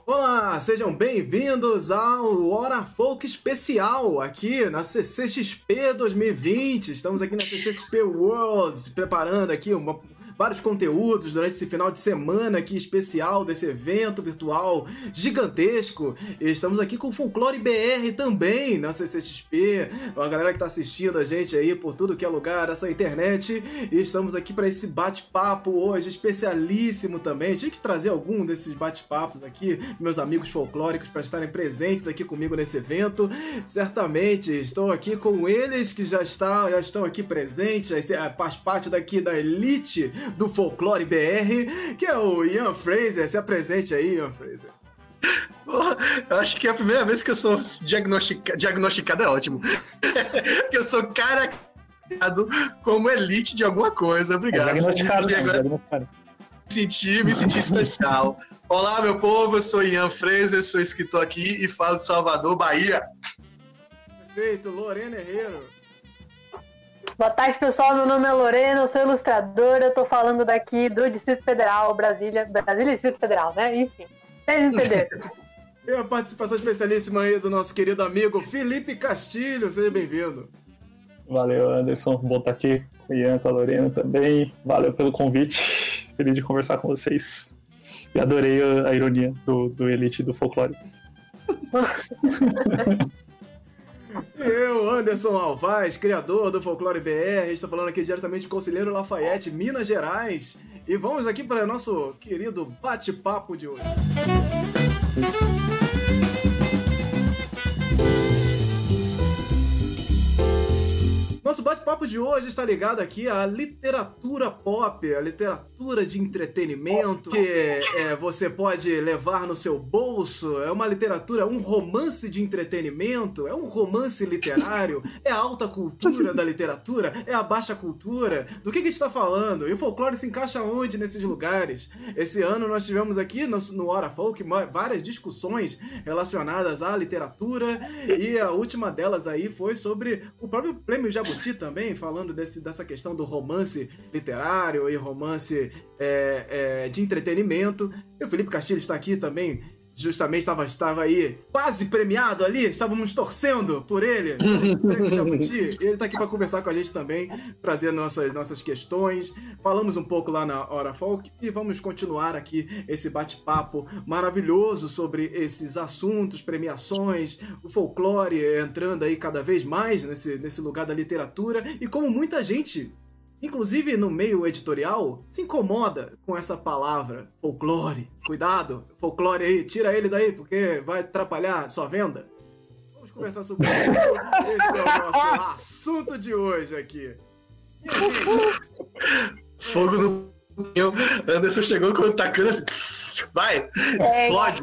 Olá, sejam bem-vindos ao Hora Folk especial aqui na CCXP 2020. Estamos aqui na CCXP World, se preparando aqui vários conteúdos durante esse final de semana aqui especial desse evento virtual gigantesco. E estamos aqui com o Folclore BR também na CCXP, a galera que está assistindo a gente aí por tudo que é lugar dessa internet. E estamos aqui para esse bate-papo hoje especialíssimo também. Tinha que trazer algum desses bate-papos aqui, meus amigos folclóricos, para estarem presentes aqui comigo nesse evento. Certamente estou aqui com eles que já estão aqui presentes, faz parte daqui da elite do Folclore BR, que é o Ian Fraser. Se apresente aí, Ian Fraser. Eu acho que é a primeira vez que eu sou diagnosticado, é ótimo. Que eu sou caracterizado como elite de alguma coisa. Obrigado. Me senti especial. Olá, meu povo, eu sou Ian Fraser, sou escritor aqui e falo de Salvador, Bahia. Perfeito, Lorena Herrero. Boa tarde, pessoal. Meu nome é Lorena, eu sou ilustradora, eu tô falando daqui do Distrito Federal, Brasília e Distrito Federal, né? Enfim, vocês entenderam. E a participação especialíssima aí do nosso querido amigo Felipe Castilho, seja bem-vindo. Valeu, Anderson, bom estar aqui com o Ian, com a Lorena também. Valeu pelo convite, feliz de conversar com vocês. E adorei a ironia do Elite do Folclore. Eu, Anderson Alvaz, criador do Folclore BR, estou falando aqui diretamente de Conselheiro Lafayette, Minas Gerais. E vamos aqui para o nosso querido bate-papo de hoje. Nosso bate-papo de hoje está ligado aqui à literatura pop, a literatura de entretenimento que você pode levar no seu bolso. É uma literatura, um romance de entretenimento, é um romance literário, é a alta cultura da literatura, é a baixa cultura. Do que a gente está falando? E o folclore se encaixa onde nesses lugares? Esse ano nós tivemos aqui no Hora Folk várias discussões relacionadas à literatura e a última delas aí foi sobre o próprio Prêmio Jabuti também, falando dessa questão do romance literário e romance de entretenimento. E o Felipe Castilho está aqui também, justamente estava aí quase premiado ali, estávamos torcendo por ele, Prêmio Jabuti. E ele está aqui para conversar com a gente também, trazer nossas questões. Falamos um pouco lá na Hora Folk e vamos continuar aqui esse bate-papo maravilhoso sobre esses assuntos, premiações, o folclore entrando aí cada vez mais nesse lugar da literatura e como muita gente, inclusive no meio editorial, se incomoda com essa palavra, folclore. Cuidado, folclore aí, tira ele daí, porque vai atrapalhar a sua venda. Vamos conversar sobre isso. Esse é o nosso assunto de hoje aqui. Fogo no... Anderson chegou com o tacando assim, vai, explode.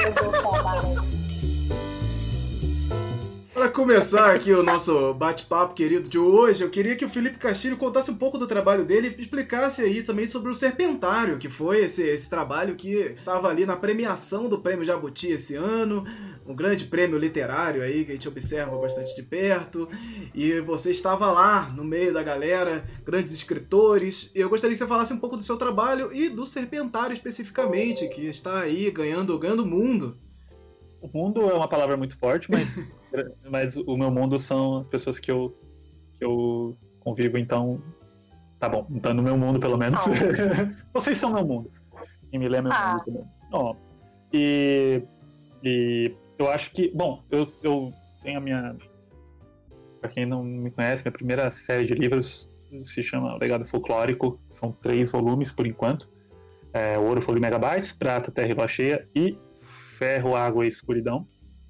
Para começar aqui o nosso bate-papo querido de hoje, eu queria que o Felipe Castilho contasse um pouco do trabalho dele e explicasse aí também sobre o Serpentário, que foi esse trabalho que estava ali na premiação do Prêmio Jabuti esse ano, um grande prêmio literário aí que a gente observa bastante de perto, e você estava lá no meio da galera, grandes escritores, e eu gostaria que você falasse um pouco do seu trabalho e do Serpentário especificamente, que está aí ganhando o mundo. O mundo é uma palavra muito forte, mas o meu mundo são as pessoas que eu convivo, então tá bom. Então no meu mundo, pelo menos. Vocês são meu mundo. Quem me lê é meu mundo também. Oh. E eu acho que... Bom, eu tenho a minha... Pra quem não me conhece, minha primeira série de livros se chama Legado Folclórico. São 3 volumes, por enquanto. Ouro, Fogo e Megabytes, Prata, Terra e Lua Cheia e Ferro, Água e Escuridão.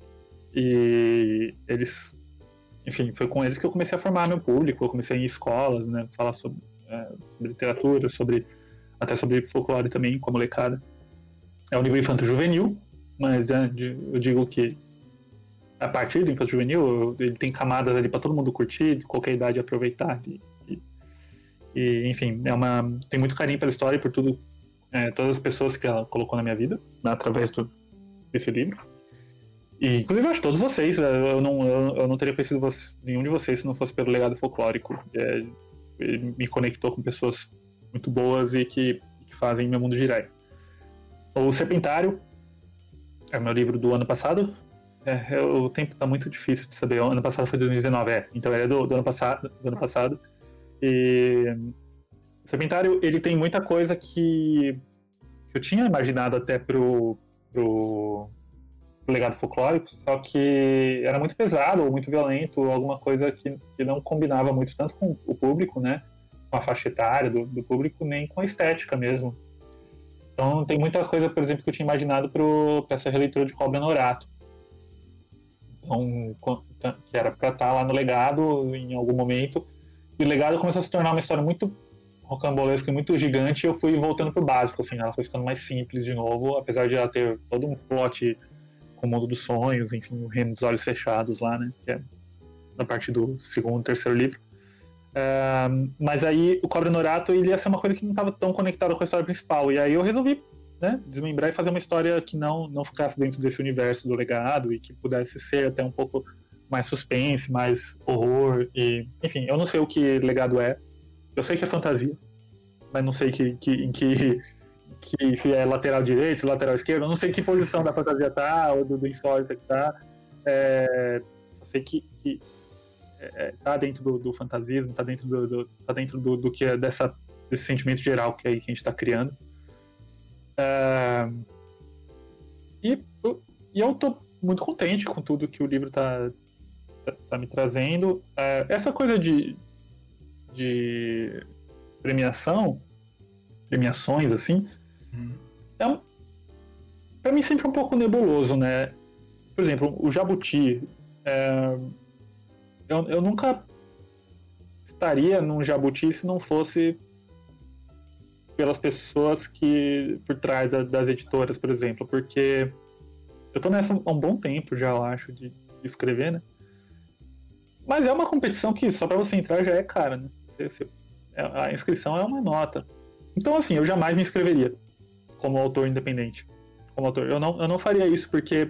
E eles... Enfim, foi com eles que eu comecei a formar meu público. Eu comecei a ir em escolas, né? Falar sobre literatura, até sobre folclore também, com a molecada. É um livro infanto-juvenil, mas eu digo que a partir do infanto-juvenil ele tem camadas ali para todo mundo curtir, de qualquer idade aproveitar. E enfim, tem muito carinho pela história e por tudo, todas as pessoas que ela colocou na minha vida, através desse livro. E, inclusive, eu acho todos vocês. Eu não teria conhecido nenhum de vocês se não fosse pelo legado folclórico. Ele me conectou com pessoas muito boas e que fazem meu mundo girar. O Serpentário É o meu livro do ano passado. O tempo tá muito difícil de saber. O ano passado foi 2019, então é do ano passado. E o Serpentário, ele tem muita coisa que eu tinha imaginado até pro legado folclórico, só que era muito pesado ou muito violento, ou alguma coisa que não combinava muito tanto com o público, né? Com a faixa etária do público, nem com a estética mesmo. Então tem muita coisa, por exemplo, que eu tinha imaginado para essa releitura de Cobra Norato. Então, que era para estar lá no legado em algum momento. E o legado começou a se tornar uma história muito rocambolesca e muito gigante, e eu fui voltando pro básico, assim, ela foi ficando mais simples de novo, apesar de ela ter todo um plot com o mundo dos sonhos, enfim, o reino dos olhos fechados lá, né, que é na parte do segundo, terceiro livro. Mas aí o Cobra Norato, ele ia ser uma coisa que não estava tão conectada com a história principal, e aí eu resolvi, né, desmembrar e fazer uma história que não ficasse dentro desse universo do legado e que pudesse ser até um pouco mais suspense, mais horror, e enfim, eu não sei o que legado é. Eu sei que é fantasia, mas não sei que se é lateral direito, se é lateral esquerdo, eu não sei em que posição da fantasia tá, ou do insólito que tá. Eu sei que tá dentro do fantasismo, tá dentro do que é desse sentimento geral que a gente tá criando. E eu tô muito contente com tudo que o livro tá me trazendo. Essa coisa de premiações, assim, pra mim sempre é um pouco nebuloso, né? Por exemplo, o Jabuti, eu nunca estaria num Jabuti se não fosse pelas pessoas que por trás das editoras, por exemplo, porque eu tô nessa há um bom tempo já, eu acho, de escrever, né? Mas é uma competição que só pra você entrar já é cara, né? A inscrição é uma nota. Então, assim, eu jamais me inscreveria como autor independente. Eu não faria isso porque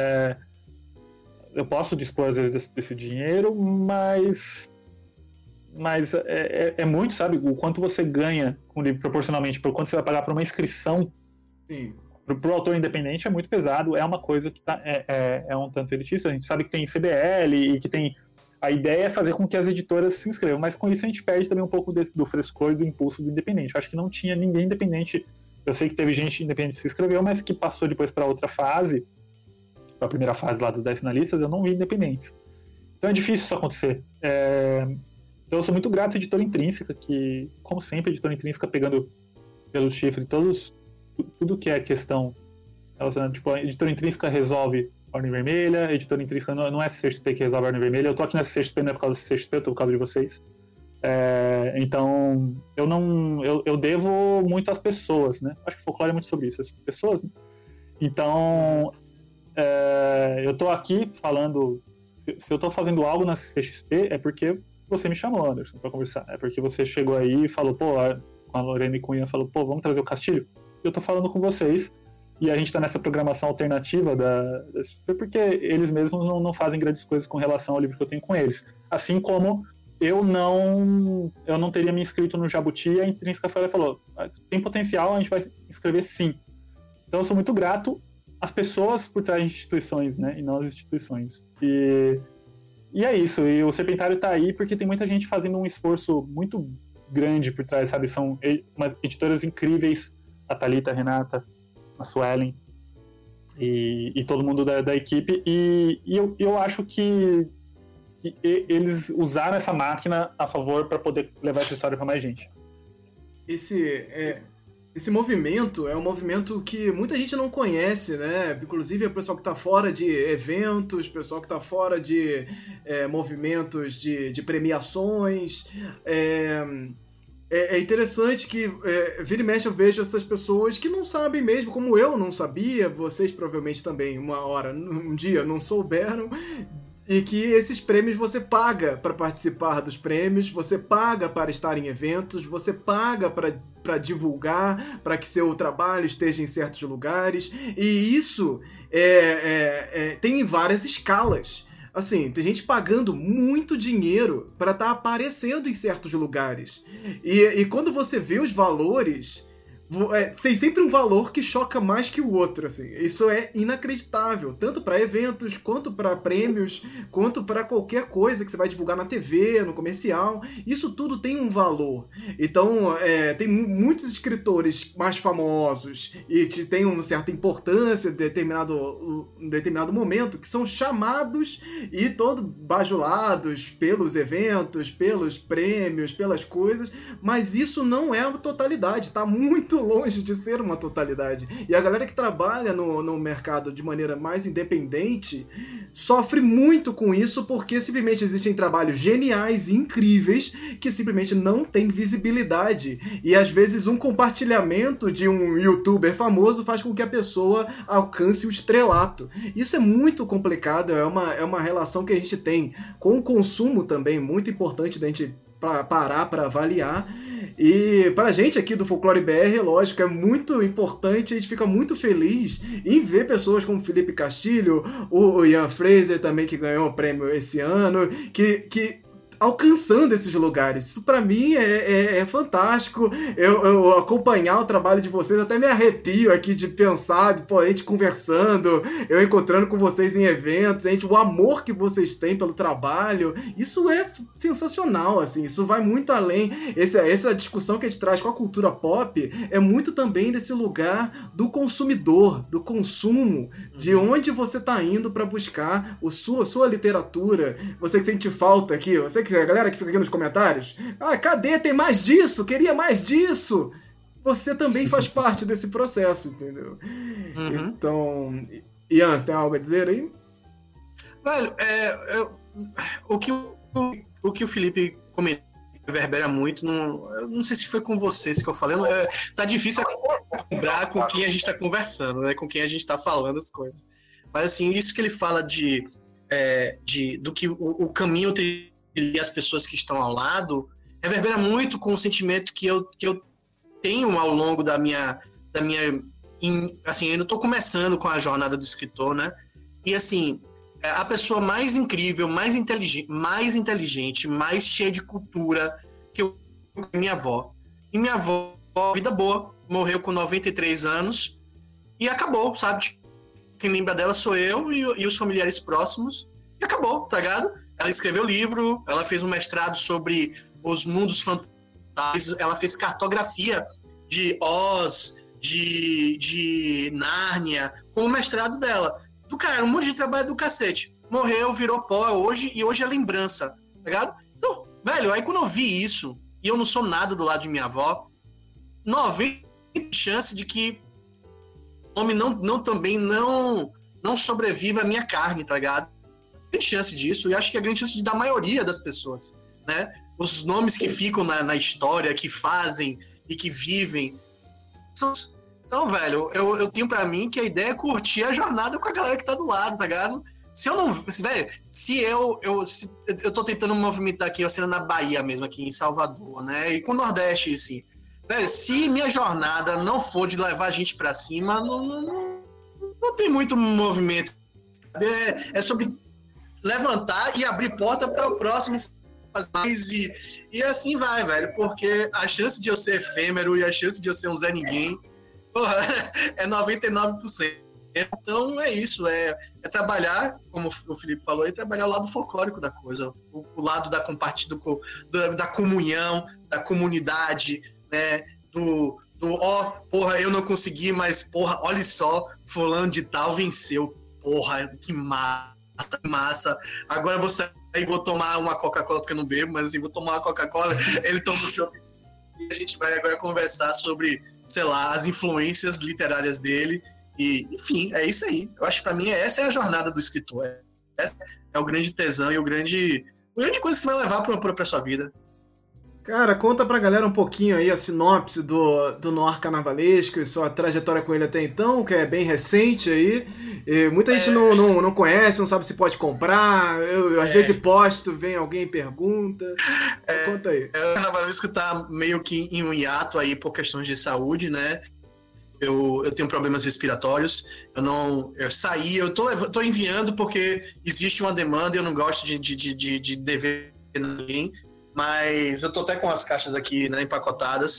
eu posso dispor, às vezes, desse dinheiro, mas é muito, sabe? O quanto você ganha com o livro proporcionalmente por quanto você vai pagar por uma inscrição. Sim. Pro autor independente é muito pesado, é uma coisa que é um tanto elitista. A gente sabe que tem CBL e que tem... A ideia é fazer com que as editoras se inscrevam, mas com isso a gente perde também um pouco do frescor e do impulso do independente. Eu acho que não tinha ninguém independente. Eu sei que teve gente independente que se inscreveu, mas que passou depois para outra fase, para a primeira fase lá dos 10 finalistas, eu não vi independentes. Então é difícil isso acontecer. Então eu sou muito grato à Editora Intrínseca, que, como sempre, a Editora Intrínseca pegando pelo chifre tudo que é questão relacionada. Tipo, a Editora Intrínseca resolve Ordem Vermelha, a Editora Intrínseca não é a CXP que resolve a Ordem Vermelha. Eu tô aqui na CXP não é por causa da CXP, eu tô por causa de vocês. Então, eu devo muito às pessoas, né? Acho que o folclore é muito sobre isso, as pessoas, né? Então, eu tô aqui falando... Se eu tô fazendo algo na CXP, é porque você me chamou, Anderson, pra conversar. É porque você chegou aí e falou, com a Lorena Cunha, falou, vamos trazer o Castilho? Eu tô falando com vocês. E a gente está nessa programação alternativa da CXP porque eles mesmos não fazem grandes coisas com relação ao livro que eu tenho com eles. Assim como eu não teria me inscrito no Jabuti, e a Intrínseca falou, tem potencial, a gente vai inscrever sim. Então eu sou muito grato às pessoas por trás de instituições, né, e não às instituições. E é isso, e o Serpentário está aí porque tem muita gente fazendo um esforço muito grande por trás, sabe? São editoras incríveis, a Thalita, a Renata, a Suelen e todo mundo da equipe, e eu acho que eles usaram essa máquina a favor para poder levar essa história para mais gente. Esse movimento é um movimento que muita gente não conhece, né? Inclusive o pessoal que está fora de eventos, o pessoal que está fora de movimentos de premiações. É interessante que vira e mexe eu vejo essas pessoas que não sabem mesmo, como eu não sabia, vocês provavelmente também um dia não souberam, e que esses prêmios você paga para participar dos prêmios, você paga para estar em eventos, você paga para divulgar, para que seu trabalho esteja em certos lugares, e isso tem em várias escalas. Assim, tem gente pagando muito dinheiro para estar aparecendo em certos lugares. E quando você vê os valores, tem sempre um valor que choca mais que o outro, assim. Isso é inacreditável, tanto para eventos, quanto para prêmios, quanto para qualquer coisa que você vai divulgar na TV, no comercial. Isso tudo tem um valor. Então, tem muitos escritores mais famosos e que têm uma certa importância em determinado momento, que são chamados e todos bajulados pelos eventos, pelos prêmios, pelas coisas, mas isso não é a totalidade, tá muito longe de ser uma totalidade. E a galera que trabalha no mercado de maneira mais independente sofre muito com isso, porque simplesmente existem trabalhos geniais e incríveis que simplesmente não têm visibilidade. E às vezes um compartilhamento de um youtuber famoso faz com que a pessoa alcance o estrelato. Isso é muito complicado, é uma relação que a gente tem com o consumo também, muito importante da gente parar para avaliar. E pra gente aqui do Folclore BR, lógico, é muito importante, a gente fica muito feliz em ver pessoas como Felipe Castilho, o Ian Fraser também, que ganhou o prêmio esse ano, que alcançando esses lugares. Isso pra mim é fantástico. Eu acompanhar o trabalho de vocês, até me arrepio aqui de pensar, a gente conversando, eu encontrando com vocês em eventos, o amor que vocês têm pelo trabalho. Isso é sensacional, assim. Isso vai muito além. Essa discussão que a gente traz com a cultura pop é muito também desse lugar do consumidor, do consumo, de onde você tá indo pra buscar sua literatura. Você que sente falta aqui, a galera que fica aqui nos comentários, cadê? Tem mais disso? Queria mais disso! Você também faz parte desse processo, entendeu? Então, Ian, você tem algo a dizer aí? Velho, o que o Felipe comentou reverbera muito, eu não sei se foi com vocês que eu falei, tá difícil lembrar com quem a gente tá conversando, né? Com quem a gente tá falando as coisas. Mas assim, isso que ele fala do que o caminho e as pessoas que estão ao lado, reverbera muito com o sentimento que eu tenho ao longo da minha assim, eu ainda estou começando com a jornada do escritor, né? E assim, a pessoa mais incrível, mais inteligente, mais cheia de cultura que eu minha avó. E minha avó, vida boa, morreu com 93 anos e acabou, sabe? Quem lembra dela sou eu e os familiares próximos. E acabou, tá ligado? Ela escreveu livro, ela fez um mestrado sobre os mundos fantásticos, ela fez cartografia de Oz, de Nárnia, com o mestrado dela. Do cara, um monte de trabalho do cacete. Morreu, virou pó hoje, e hoje é lembrança, tá ligado? Então, velho, aí quando eu vi isso, e eu não sou nada do lado de minha avó, 90% chance de que o homem não sobreviva à minha carne, tá ligado? Grande chance disso, e acho que é grande chance da maioria das pessoas, né? Os nomes que ficam na história, que fazem e que vivem. Então, velho, eu tenho pra mim que a ideia é curtir a jornada com a galera que tá do lado, tá ligado? Se eu não... Velho, se eu tô tentando movimentar aqui a cena na Bahia mesmo, aqui em Salvador, né? E com o Nordeste, assim. Velho, se minha jornada não for de levar a gente pra cima, não tem muito movimento. É sobre levantar e abrir porta para o próximo fazer mais e assim vai, velho, porque a chance de eu ser efêmero e a chance de eu ser um Zé Ninguém, porra, é 99%. Então é isso, é trabalhar, como o Felipe falou, é trabalhar o lado folclórico da coisa, o lado da comunhão, da comunidade, né, porra, eu não consegui, mas porra, olha só, fulano de tal venceu, porra, que massa, agora eu vou sair e vou tomar uma Coca-Cola, porque eu não bebo, mas assim, vou tomar uma Coca-Cola, ele toma um chopp, e a gente vai agora conversar sobre, sei lá, as influências literárias dele, e, enfim, é isso aí. Eu acho que pra mim essa é a jornada do escritor, essa é o grande tesão e a grande coisa que você vai levar pra sua vida. Cara, conta pra galera um pouquinho aí a sinopse do Noir Carnavalesco e sua trajetória com ele até então, que é bem recente aí. E muita gente não conhece, não sabe se pode comprar. Eu às vezes posto, vem alguém e pergunta. Conta aí. O Carnavalesco tá meio que em um hiato aí por questões de saúde, né? Eu tenho problemas respiratórios. Eu saí, eu tô enviando porque existe uma demanda e eu não gosto de dever ninguém. Mas eu tô até com as caixas aqui, né, empacotadas.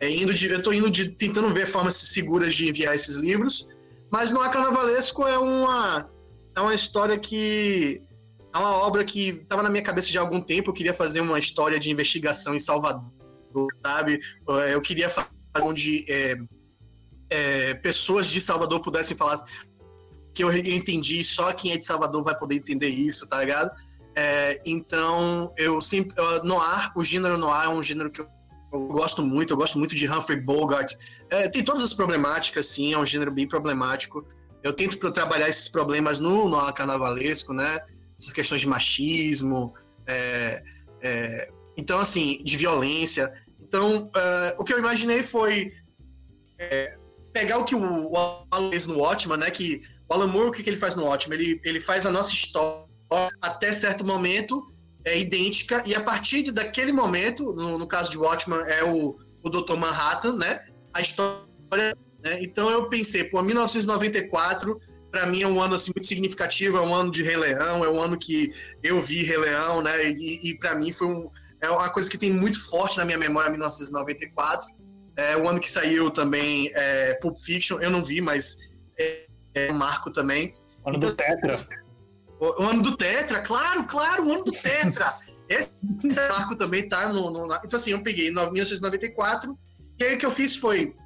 Eu tô tentando ver formas seguras de enviar esses livros, mas Noir Carnavalesco é uma história que... É uma obra que estava na minha cabeça já há algum tempo. Eu queria fazer uma história de investigação em Salvador, sabe? Eu queria fazer onde pessoas de Salvador pudessem falar que eu entendi, só quem é de Salvador vai poder entender isso, tá ligado? Então, o gênero noir é um gênero que eu gosto muito de Humphrey Bogart. Tem todas as problemáticas, sim, é um gênero bem problemático. Eu tento trabalhar esses problemas no noir carnavalesco, né? Essas questões de machismo, então, assim, de violência. Então, o que eu imaginei foi pegar o que o Alan fez no Watchmen, né? Que o Alan Moore, o que ele faz no Watchmen? Ele faz a nossa história até certo momento idêntica, e a partir daquele momento, no caso de Watchmen, é o Dr. Manhattan, né? A história, né? Então eu pensei, 1994, para mim é um ano assim, muito significativo, é um ano de Rei Leão, é um ano que eu vi Rei Leão, né? E para mim é uma coisa que tem muito forte na minha memória, 1994. É o ano que saiu também Pulp Fiction, eu não vi, mas é um marco também. O ano do Tetra. O ano do Tetra, claro, o ano do Tetra. Esse marco também tá Então, assim, eu peguei 1994, e aí o que eu fiz foi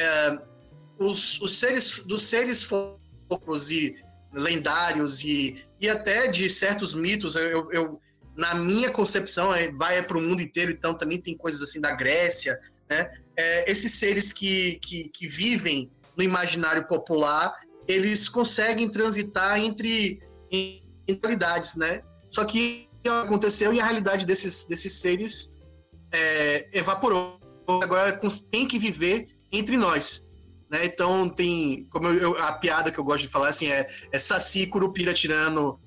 dos seres fofos e lendários e até de certos mitos, eu na minha concepção, vai para o mundo inteiro, então também tem coisas assim da Grécia, né? Esses seres que vivem no imaginário popular, eles conseguem transitar entre realidades, né? Só que o que aconteceu e a realidade desses seres evaporou. Agora tem que viver entre nós, né? Então tem, como a piada que eu gosto de falar assim, Saci Curupira tirando,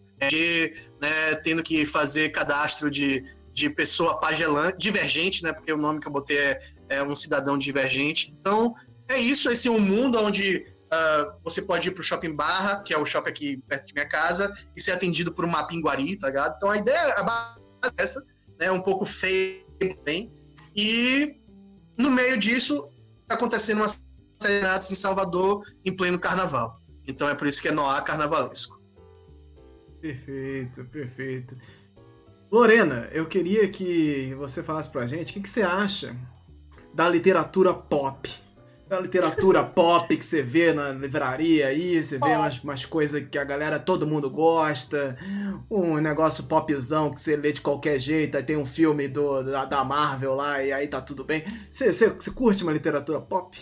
né? Tendo que fazer cadastro de pessoa pagelante, divergente, né? Porque o nome que eu botei é um cidadão divergente. Então é isso, esse é um mundo onde você pode ir pro Shopping Barra, que é o shopping aqui perto de minha casa, e ser atendido por uma pinguari, tá ligado? Então a ideia, a base é essa, né? Um pouco feio também. E no meio disso, tá acontecendo umas serenatas em Salvador em pleno carnaval. Então é por isso que é noir carnavalesco. Perfeito, perfeito. Lorena, eu queria que você falasse pra gente o que você acha da literatura pop. Da literatura pop que você vê na livraria aí, você vê umas coisas que a galera, todo mundo gosta, um negócio popzão que você lê de qualquer jeito, aí tem um filme da Marvel lá e aí tá tudo bem. Você curte uma literatura pop?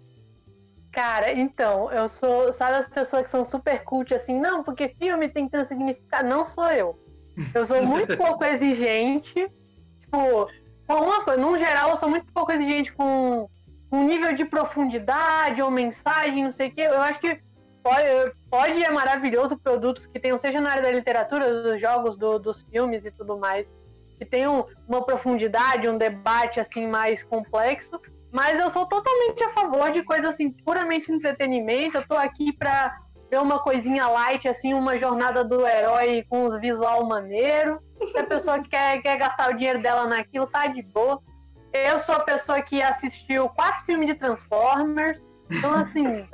Cara, então, eu sou, sabe as pessoas que são super cult assim, não, porque filme tem tanto significado, não sou eu. Eu sou muito pouco exigente, tipo, com algumas coisas, no geral eu sou muito pouco exigente com um nível de profundidade ou mensagem, não sei o que. Eu acho que pode e é maravilhoso produtos que tenham, seja na área da literatura, dos jogos, dos filmes e tudo mais, que tenham uma profundidade, um debate assim mais complexo, mas eu sou totalmente a favor de coisas assim, puramente entretenimento. Eu tô aqui pra ver uma coisinha light, assim, uma jornada do herói com uns visual maneiro. Se a pessoa quer gastar o dinheiro dela naquilo, tá de boa. Eu sou a pessoa que assistiu 4 filmes de Transformers. Então, assim...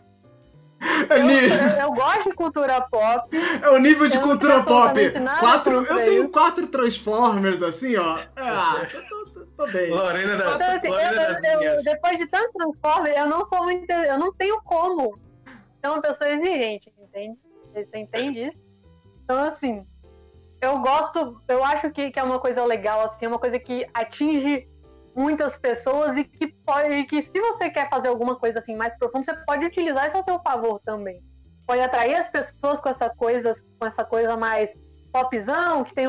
eu gosto de cultura pop. É o nível de cultura pop. Eu tenho 4 Transformers, assim, ó. Tô bem. Lorena depois de tanto Transformers, eu não tenho como ser uma pessoa exigente, entende? Você entende isso? Então, assim, eu acho que é uma coisa legal, assim, é uma coisa que atinge muitas pessoas e que se você quer fazer alguma coisa assim mais profunda, você pode utilizar isso ao seu favor também. Pode atrair as pessoas com essa coisa mais popzão, que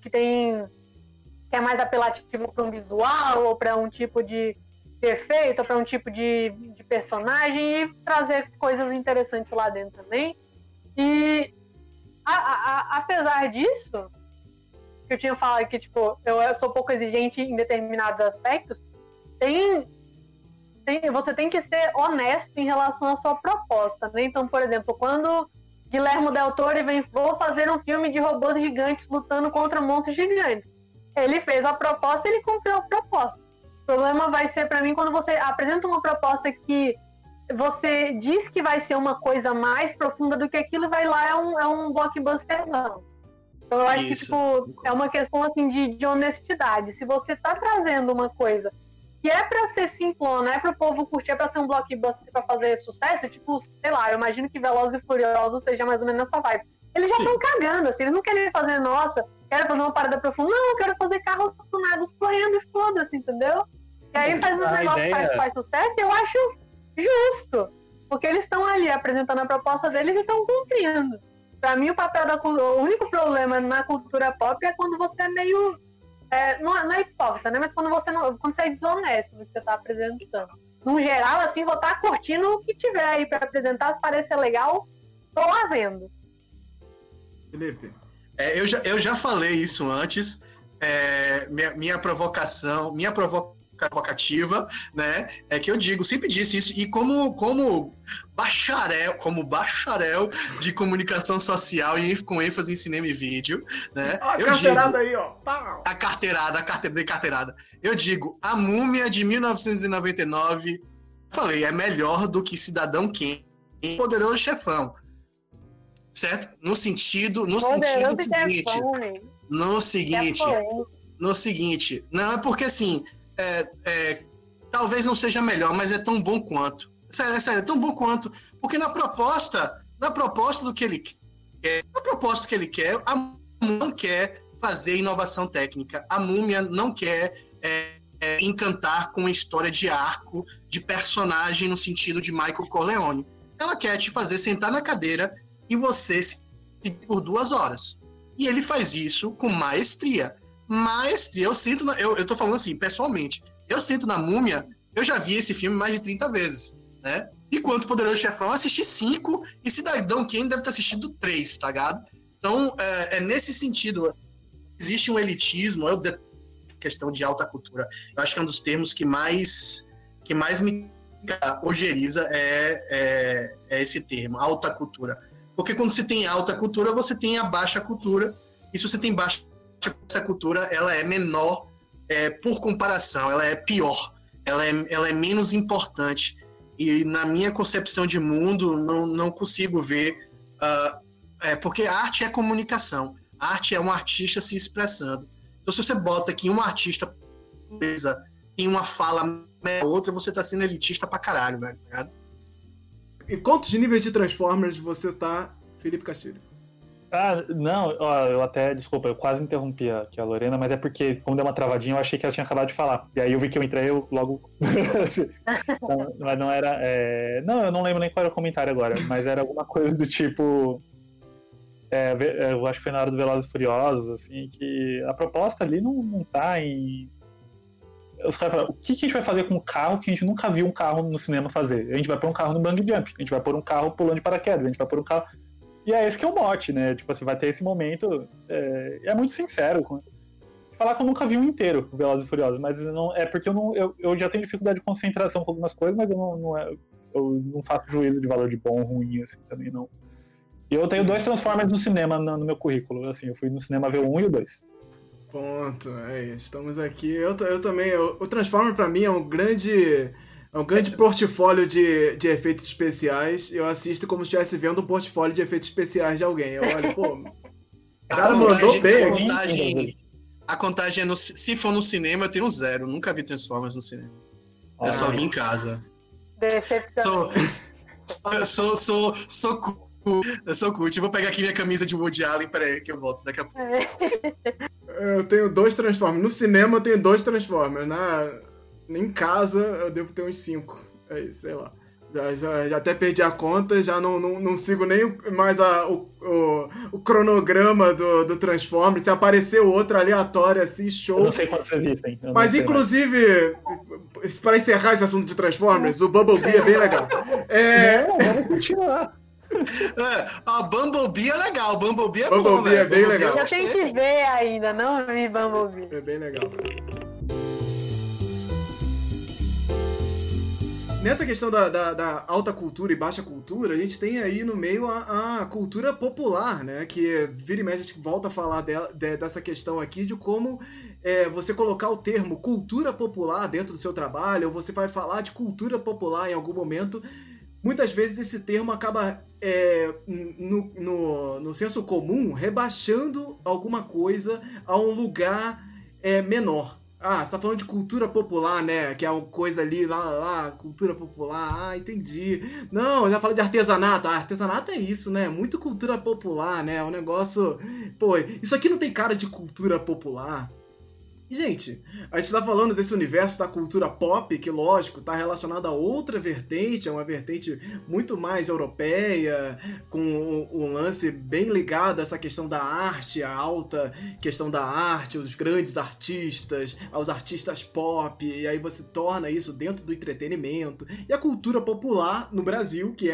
é mais apelativo para um visual ou para um tipo de efeito, ou para um tipo de personagem, e trazer coisas interessantes lá dentro também. E apesar disso, que eu tinha falado que, tipo, eu sou pouco exigente em determinados aspectos, você tem que ser honesto em relação à sua proposta, né? Então, por exemplo, quando Guillermo del Toro vou fazer um filme de robôs gigantes lutando contra monstros gigantes, ele fez a proposta e ele cumpriu a proposta. problema vai ser pra mim quando você apresenta uma proposta que você diz que vai ser uma coisa mais profunda do que aquilo, vai lá, é um blockbusterzão. Então eu acho que, tipo, é uma questão, assim, de honestidade. Se você tá trazendo uma coisa que é pra ser simplona, é pro povo curtir, é pra ser um blockbuster pra fazer sucesso, tipo, sei lá, eu imagino que Velozes e Furiosos seja mais ou menos nessa vibe. Eles já estão cagando, assim, eles não querem fazer, nossa, quero fazer uma parada profunda. Não, eu quero fazer carros tunados correndo e foda-se, entendeu? E aí faz um negócio que faz sucesso, e eu acho justo. Porque eles estão ali apresentando a proposta deles e estão cumprindo. Pra mim, o único problema na cultura pop é quando você é meio... não é hipócrita, né? Mas quando você é desonesto no que você tá apresentando. No geral, assim, vou estar curtindo o que tiver aí pra apresentar. Se parecer legal, tô lá vendo. Felipe? Eu já falei isso antes. Minha provocativa, né? É que eu digo, sempre disse isso, e como bacharel de comunicação social e com ênfase em cinema e vídeo, né? A carteirada aí, ó. A carteirada. Eu digo, A Múmia de 1999, falei, é melhor do que Cidadão Kane e Poderoso Chefão. Certo? No sentido seguinte, não é porque assim, talvez não seja melhor, mas é tão bom quanto. Sério, é tão bom quanto, porque na proposta do que ele quer, a Múmia não quer fazer inovação técnica, a Múmia não quer encantar com uma história de arco, de personagem no sentido de Michael Corleone. Ela quer te fazer sentar na cadeira e você se por 2 horas. E ele faz isso com maestria. Eu tô falando assim, pessoalmente, eu sinto na Múmia, eu já vi esse filme mais de 30 vezes, né? Enquanto Poderoso Chefão, eu assisti 5, e Cidadão Kane deve ter assistido 3, tá ligado? Então, nesse sentido, existe um elitismo, questão de alta cultura. Eu acho que é um dos termos que mais me ojeriza é esse termo, alta cultura. Porque quando você tem alta cultura, você tem a baixa cultura. E se você tem baixa cultura, ela é menor por comparação, ela é pior. Ela é menos importante. E na minha concepção de mundo, não consigo ver... porque a arte é comunicação. A arte é um artista se expressando. Então, se você bota aqui um artista tem uma fala outra, você tá sendo elitista pra caralho, velho. Tá ligado? E quantos níveis de Transformers você tá, Felipe Castilho? Não, desculpa, eu quase interrompi aqui a Lorena, mas é porque, como deu uma travadinha, eu achei que ela tinha acabado de falar. E aí eu vi que eu entrei, eu logo... mas não era... Não, eu não lembro nem qual era o comentário agora, mas era alguma coisa do tipo... eu acho que foi na hora do Velozes e Furiosos, assim, que a proposta ali não tá em... Os caras falam, o que a gente vai fazer com um carro que a gente nunca viu um carro no cinema fazer? A gente vai pôr um carro no bungee jump, a gente vai pôr um carro pulando de paraquedas, a gente vai pôr um carro... E é esse que é o mote, né? Tipo, você vai ter esse momento... É muito sincero. Falar que eu nunca vi um inteiro, o Velozes e Furiosos, mas não, é porque eu já tenho dificuldade de concentração com algumas coisas, mas eu não faço juízo de valor de bom ou ruim, assim, também não. E eu tenho 2 Transformers no cinema no meu currículo, assim, eu fui no cinema ver o 1 e o 2. Ponto, estamos aqui. Eu também. O Transformer pra mim é um grande portfólio de efeitos especiais. Eu assisto como se estivesse vendo um portfólio de efeitos especiais de alguém. Eu olho, pô. O cara mandou bem. A contagem é se for no cinema, eu tenho 0. Nunca vi Transformers no cinema. Eu só vi em casa. Decepcionante. Eu sou cult. Eu vou pegar aqui minha camisa de Woody Allen, peraí, que eu volto daqui a pouco. Eu tenho 2 Transformers. No cinema eu tenho 2 Transformers. Em casa eu devo ter uns 5. É isso, sei lá. Já até perdi a conta, já não sigo nem mais o cronograma do Transformers. Se aparecer outro aleatório assim, show. Eu não sei quantos existem. Mas inclusive, para encerrar esse assunto de Transformers, o Bumblebee é bem legal. Vamos continuar. A Bumblebee é legal, Bumblebee é bom, é bem legal. Eu tenho que ver ainda, não vi Bumblebee. É bem legal. Nessa questão da alta cultura e baixa cultura, a gente tem aí no meio a cultura popular, né? Que vira e mexe, a gente volta a falar dessa questão aqui de como você colocar o termo cultura popular dentro do seu trabalho, ou você vai falar de cultura popular em algum momento. Muitas vezes esse termo acaba, no senso comum, rebaixando alguma coisa a um lugar menor. Ah, você tá falando de cultura popular, né? Que é uma coisa ali, lá, cultura popular. Ah, entendi. Não, eu já falei de artesanato. Ah, artesanato é isso, né? Muito cultura popular, né? É um negócio... Pô, isso aqui não tem cara de cultura popular. Gente, a gente tá falando desse universo da cultura pop, que, lógico, tá relacionado a outra vertente, é uma vertente muito mais europeia, com um lance bem ligado a essa questão da arte, a alta questão da arte, os grandes artistas, aos artistas pop, e aí você torna isso dentro do entretenimento. E a cultura popular no Brasil, que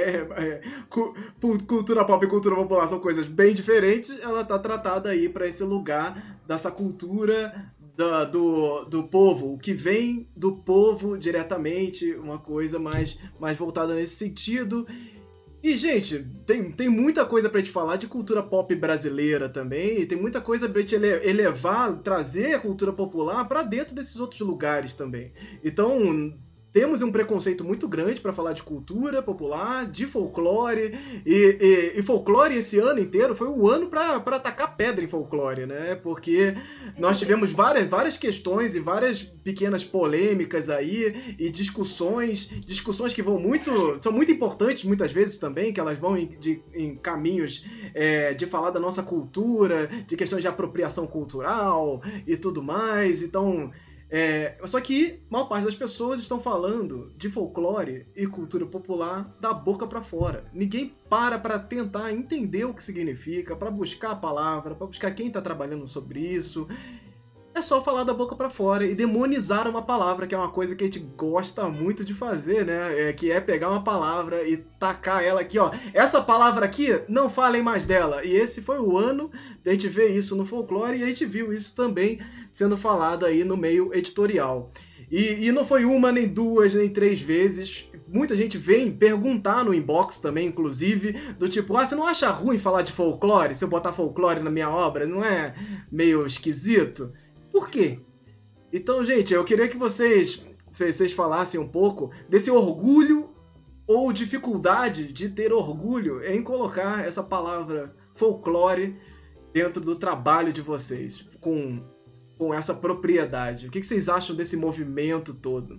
cultura pop e cultura popular são coisas bem diferentes, ela tá tratada aí para esse lugar dessa cultura... Do povo, o que vem do povo diretamente, uma coisa mais voltada nesse sentido. E, gente, tem muita coisa pra gente falar de cultura pop brasileira também, e tem muita coisa pra gente elevar, trazer a cultura popular pra dentro desses outros lugares também. Então... temos um preconceito muito grande para falar de cultura popular, de folclore, e folclore esse ano inteiro foi o ano para atacar pedra em folclore, né? Porque nós tivemos várias questões e várias pequenas polêmicas aí, e discussões que são muito importantes muitas vezes também, que elas vão em caminhos de falar da nossa cultura, de questões de apropriação cultural e tudo mais, então... só que a maior parte das pessoas estão falando de folclore e cultura popular da boca pra fora. Ninguém para tentar entender o que significa, para buscar a palavra, para buscar quem tá trabalhando sobre isso. É só falar da boca pra fora e demonizar uma palavra, que é uma coisa que a gente gosta muito de fazer, né? Que é pegar uma palavra e tacar ela aqui, ó. Essa palavra aqui, não falem mais dela. E esse foi o ano da gente ver isso no folclore, e a gente viu isso também sendo falado aí no meio editorial. E não foi uma, nem duas, nem três vezes. Muita gente vem perguntar no inbox também, inclusive, do tipo, você não acha ruim falar de folclore? Se eu botar folclore na minha obra, não é meio esquisito? Por quê? Então, gente, eu queria que vocês falassem um pouco desse orgulho ou dificuldade de ter orgulho em colocar essa palavra folclore dentro do trabalho de vocês, com essa propriedade. O que vocês acham desse movimento todo?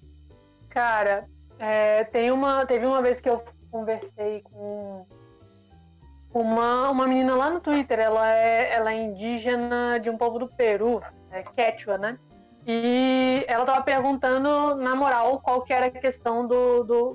Cara, teve uma vez que eu conversei com uma menina lá no Twitter. Ela é indígena de um povo do Peru, Quechua, né? E ela tava perguntando, na moral, qual que era a questão do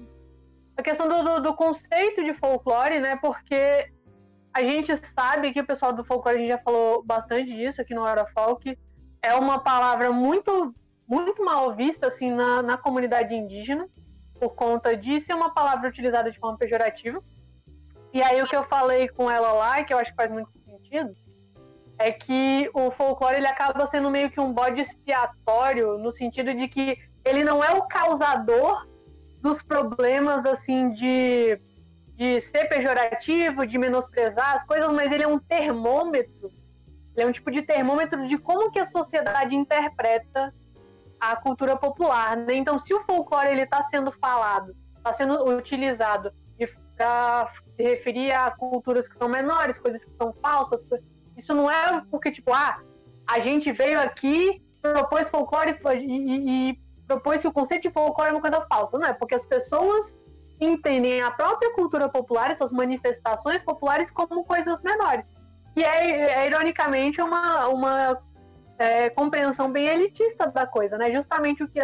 conceito de folclore, né? Porque a gente sabe que o pessoal do folclore, a gente já falou bastante disso aqui no Hora Folk, é uma palavra muito, muito mal vista, assim, na comunidade indígena, por conta de ser uma palavra utilizada de forma pejorativa. E aí o que eu falei com ela lá, que eu acho que faz muito sentido, é que o folclore ele acaba sendo meio que um bode expiatório, no sentido de que ele não é o causador dos problemas, assim, de ser pejorativo, de menosprezar as coisas, mas ele é um termômetro, ele é um tipo de termômetro de como que a sociedade interpreta a cultura popular, né? Então, se o folclore ele está sendo falado, está sendo utilizado para se referir a culturas que são menores, coisas que são falsas, isso não é porque, tipo, a gente veio aqui, propôs folclore e propôs que o conceito de folclore é uma coisa falsa. Não é, porque as pessoas entendem a própria cultura popular, essas manifestações populares, como coisas menores. E ironicamente, uma compreensão bem elitista da coisa, né? Justamente o que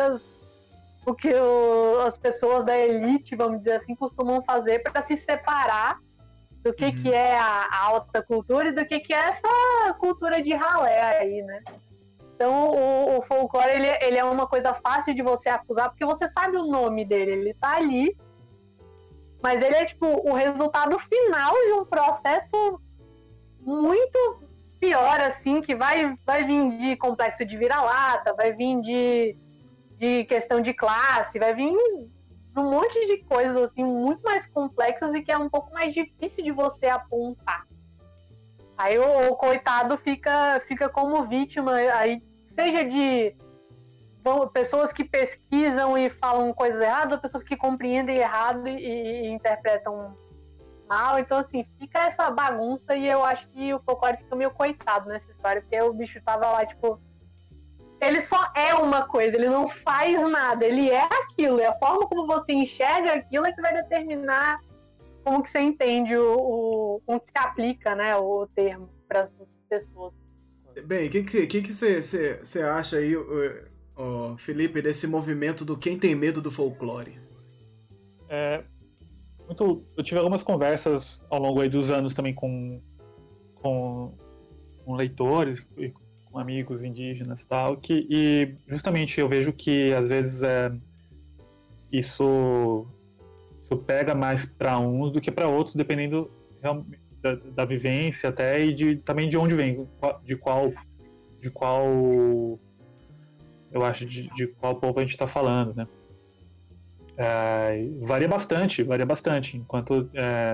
as pessoas da elite, vamos dizer assim, costumam fazer para se separar do que é a alta cultura e do que é essa cultura de ralé aí, né? Então, o folclore, ele é uma coisa fácil de você acusar, porque você sabe o nome dele, ele tá ali, mas ele é, tipo, o resultado final de um processo muito pior, assim, que vai vir de complexo de vira-lata, vai vir de questão de classe, vai vir num monte de coisas assim, muito mais complexas e que é um pouco mais difícil de você apontar. Aí o coitado fica como vítima, aí seja de pessoas que pesquisam e falam coisas erradas, ou pessoas que compreendem errado e interpretam mal. Então, assim, fica essa bagunça e eu acho que o folclore fica meio coitado nessa história, porque o bicho tava lá, tipo... Ele só é uma coisa, ele não faz nada, ele é aquilo. E a forma como você enxerga aquilo é que vai determinar como que você entende como que se aplica, né, o termo para as pessoas. Bem, o que você acha aí, Felipe, desse movimento do quem tem medo do folclore? Eu tive algumas conversas ao longo aí dos anos também com leitores e com amigos indígenas e tal, e justamente eu vejo que às vezes isso pega mais para uns do que para outros, dependendo da vivência até e também de onde vem, de qual eu acho de qual povo a gente está falando, né? Varia bastante, enquanto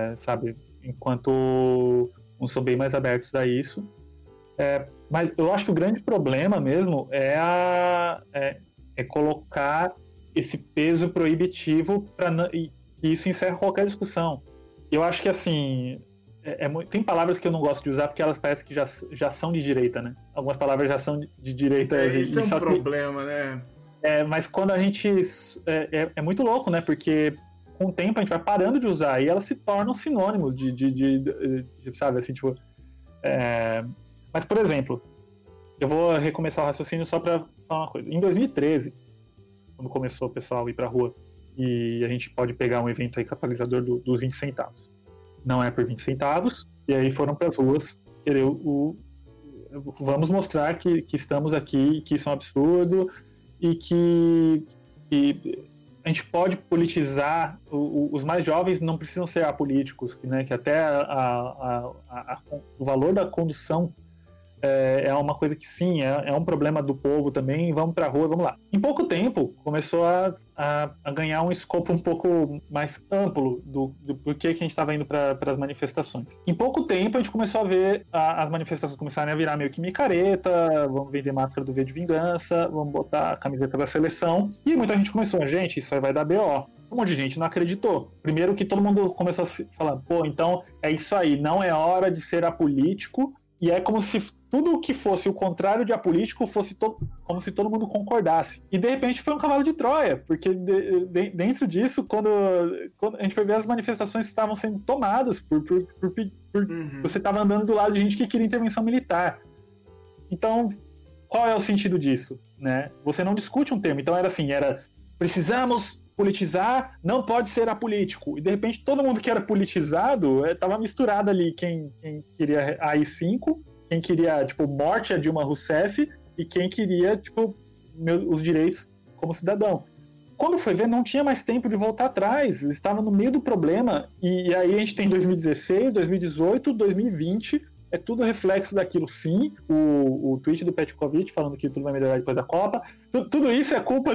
uns são bem mais abertos a isso, mas eu acho que o grande problema mesmo é colocar esse peso proibitivo e isso encerra qualquer discussão. Eu acho que assim tem palavras que eu não gosto de usar porque elas parecem que já são de direita, né? Algumas palavras já são de direita. Isso é um problema, né? Mas quando a gente... É muito louco, né? Porque com o tempo a gente vai parando de usar e elas se tornam sinônimos de sabe, assim, tipo... Mas, por exemplo, eu vou recomeçar o raciocínio só pra falar uma coisa. Em 2013, quando começou o pessoal ir pra rua, e a gente pode pegar um evento aí catalisador dos 20 centavos. Não é por 20 centavos, e aí foram pras ruas querer vamos mostrar que estamos aqui, que isso é um absurdo, e que a gente pode politizar, os mais jovens não precisam ser apolíticos, né, que até o valor da condução é uma coisa que sim, é um problema do povo também, vamos pra rua, vamos lá. Em pouco tempo, começou a ganhar um escopo um pouco mais amplo do porquê que a gente estava indo para as manifestações. Em pouco tempo, a gente começou a ver as manifestações começarem a virar meio que micareta, vamos vender máscara do V de Vingança, vamos botar a camiseta da seleção, e muita gente começou, gente, isso aí vai dar BO. Um monte de gente não acreditou. Primeiro que todo mundo começou a falar, pô, então é isso aí, não é hora de ser apolítico, e é como se tudo o que fosse o contrário de apolítico fosse como se todo mundo concordasse. E de repente foi um cavalo de Troia, porque dentro disso, quando a gente foi ver as manifestações estavam sendo tomadas por você estava andando do lado de gente que queria intervenção militar. Então, qual é o sentido disso? Né? Você não discute um termo. Então era precisamos politizar, não pode ser apolítico. E de repente todo mundo que era politizado estava misturado ali, quem queria AI-5, quem queria, tipo, morte a Dilma Rousseff e quem queria, tipo, os direitos como cidadão. Quando foi ver, não tinha mais tempo de voltar atrás, estava no meio do problema, e aí a gente tem 2016, 2018, 2020, é tudo reflexo daquilo, sim. O tweet do Petkovic falando que tudo vai melhorar depois da Copa, tudo isso é culpa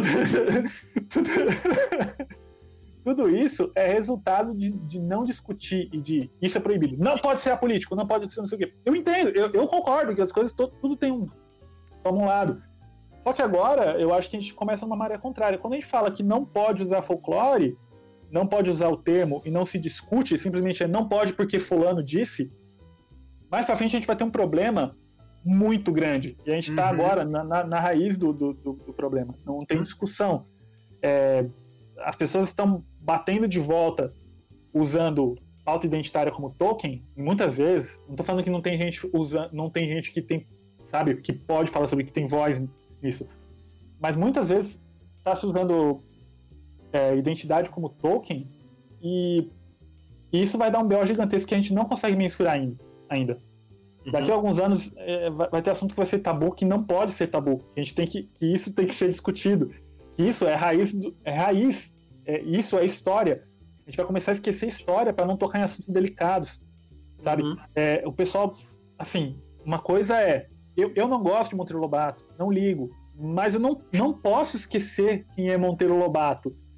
tudo isso é resultado de não discutir e de isso é proibido. Não pode ser apolítico, não pode ser não sei o quê. Eu entendo, eu concordo que as coisas tudo tem um lado. Só que agora eu acho que a gente começa numa maré contrária. Quando a gente fala que não pode usar folclore, não pode usar o termo e não se discute, simplesmente não pode porque fulano disse, mais pra frente a gente vai ter um problema muito grande. E a gente tá agora na raiz do problema. Não tem discussão. As pessoas estão batendo de volta usando pauta identitária como token, e muitas vezes, não tô falando que não tem gente usando, não tem gente que tem, sabe, que pode falar sobre, que tem voz nisso, mas muitas vezes está se usando identidade como token e isso vai dar um BO gigantesco que a gente não consegue mensurar ainda. Daqui a alguns anos vai ter assunto que vai ser tabu, que não pode ser tabu, que a gente tem que isso tem que ser discutido. Isso é raiz, isso é história. A gente vai começar a esquecer história para não tocar em assuntos delicados, sabe? O pessoal, assim, uma coisa eu não gosto de Monteiro Lobato, não ligo, mas eu não posso esquecer quem é Monteiro Lobato.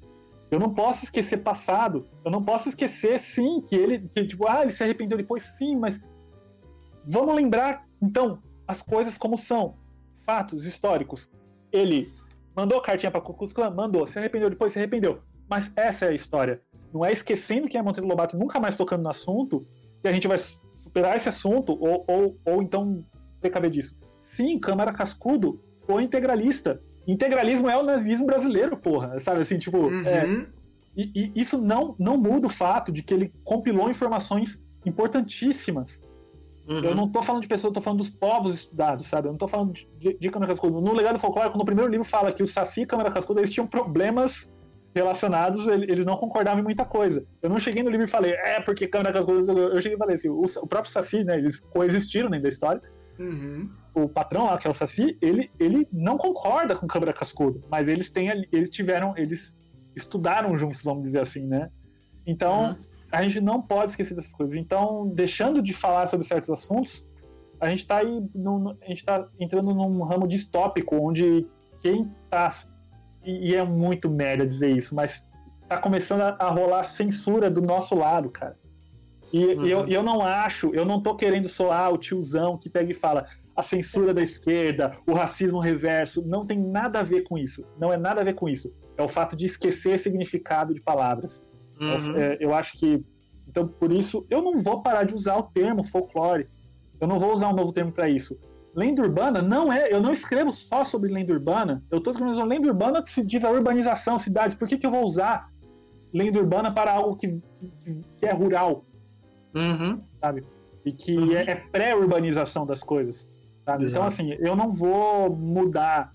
Eu não posso esquecer passado. Eu não posso esquecer, sim, que ele se arrependeu depois, sim, mas vamos lembrar, então, as coisas como são. Fatos históricos. Ele mandou cartinha pra Ku Klux Klan? Mandou. Se arrependeu depois? Se arrependeu. Mas essa é a história. Não é esquecendo quem é Monteiro Lobato e nunca mais tocando no assunto que a gente vai superar esse assunto ou então precaver disso. Sim, Câmara Cascudo foi integralista. Integralismo é o nazismo brasileiro, porra. Sabe assim, tipo... E isso não muda o fato de que ele compilou informações importantíssimas. Eu não tô falando de pessoas, eu tô falando dos povos estudados, sabe? Eu não tô falando de Câmara Cascudo. No Legado Folclórico, no primeiro livro, fala que o Saci e Câmara Cascudo, eles tinham problemas relacionados, eles não concordavam em muita coisa. Eu não cheguei no livro e falei, porque Câmara Cascudo... Eu cheguei e falei assim, o próprio Saci, né? Eles coexistiram dentro da história. O patrão lá, que é o Saci, ele não concorda com Câmara Cascudo, mas eles estudaram juntos, vamos dizer assim, né? Então... A gente não pode esquecer dessas coisas. Então, deixando de falar sobre certos assuntos, a gente tá entrando num ramo distópico, onde quem tá... E é muito merda dizer isso, mas tá começando a rolar censura do nosso lado, cara. E eu não tô querendo soar o tiozão que pega e fala a censura da esquerda, o racismo reverso, não tem nada a ver com isso. Não é nada a ver com isso. É o fato de esquecer significado de palavras. Eu acho que, então, por isso, eu não vou parar de usar o termo folclore. Eu não vou usar um novo termo para isso. Lenda urbana não é... Eu não escrevo só sobre lenda urbana. Eu estou escrevendo lenda urbana que se diz a urbanização, cidades. Por que eu vou usar lenda urbana para algo que é rural? Sabe? E que é pré-urbanização das coisas. Sabe? Então, assim, eu não vou mudar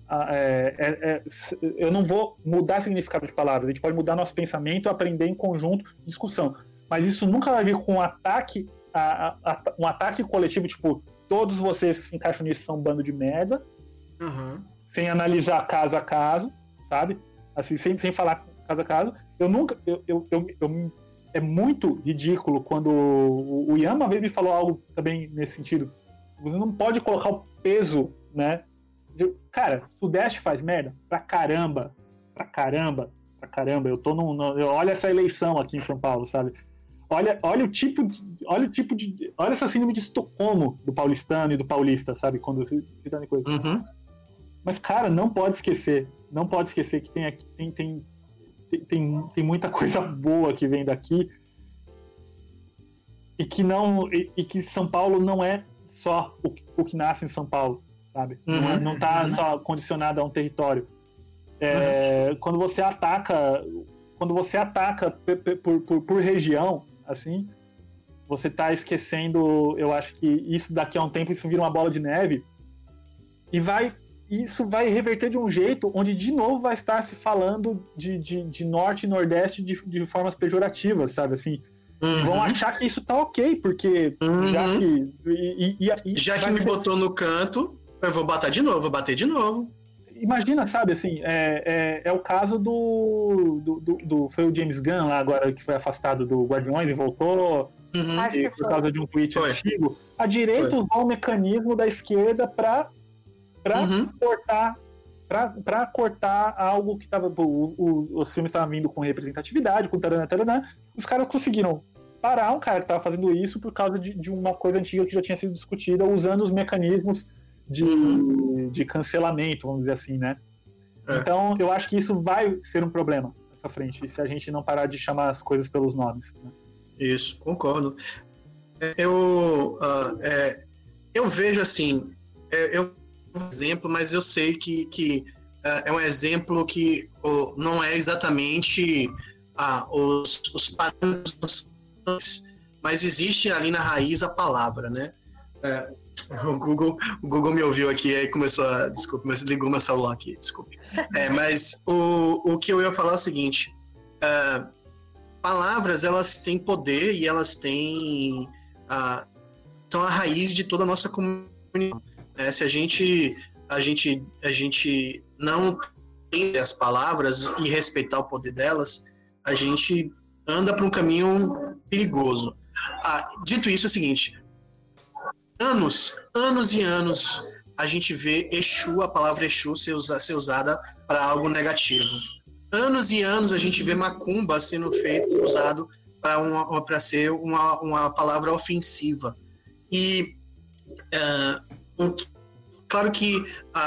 eu não vou mudar significado de palavras. A gente pode mudar nosso pensamento, aprender em conjunto, discussão. Mas isso nunca vai vir com um ataque coletivo, tipo, todos vocês que se encaixam nisso são um bando de merda, sem analisar caso a caso, sabe? Assim, sem falar caso a caso. É muito ridículo quando o Ian uma vez me falou algo também nesse sentido. Você não pode colocar o peso, né? Cara, Sudeste faz merda pra caramba. Olha essa eleição aqui em São Paulo, sabe? Olha essa síndrome de Estocolmo do paulistano e do paulista, sabe? Quando você tá em coisa. Mas, cara, não pode esquecer que tem muita coisa boa que vem daqui e que São Paulo não é só o que nasce em São Paulo, sabe? Não tá só condicionado a um território. Quando você ataca por região, assim, você tá esquecendo, eu acho que isso daqui a um tempo isso vira uma bola de neve e isso vai reverter de um jeito onde de novo vai estar se falando de norte e nordeste de formas pejorativas, sabe, assim. Vão achar que isso tá ok, porque já que me botou no canto, eu vou bater de novo. Imagina, sabe, assim, é o caso foi o James Gunn lá agora, que foi afastado do Guardiões e voltou por causa de um tweet antigo. A direita usou o mecanismo da esquerda pra cortar algo que tava... Os filmes estavam vindo com representatividade, com taranã. Os caras conseguiram parar um cara que estava fazendo isso por causa de uma coisa antiga que já tinha sido discutida, usando os mecanismos de cancelamento, vamos dizer assim, né? Então, eu acho que isso vai ser um problema pra frente, se a gente não parar de chamar as coisas pelos nomes. Né? Isso, concordo. Eu vejo assim, um exemplo, mas eu sei que é um exemplo que não é exatamente os parâmetros, mas existe ali na raiz a palavra, né? O Google me ouviu aqui e começou ligou meu celular aqui, desculpe. Mas o que eu ia falar é o seguinte: palavras, elas têm poder e elas têm são a raiz de toda a nossa comunidade. Se a gente não tem as palavras e respeitar o poder delas, a gente anda para um caminho perigoso. Dito isso, é o seguinte: anos e anos a gente vê Exu, a palavra Exu ser usada para algo negativo. anos e anos a gente vê macumba sendo usado para ser uma palavra ofensiva. E claro que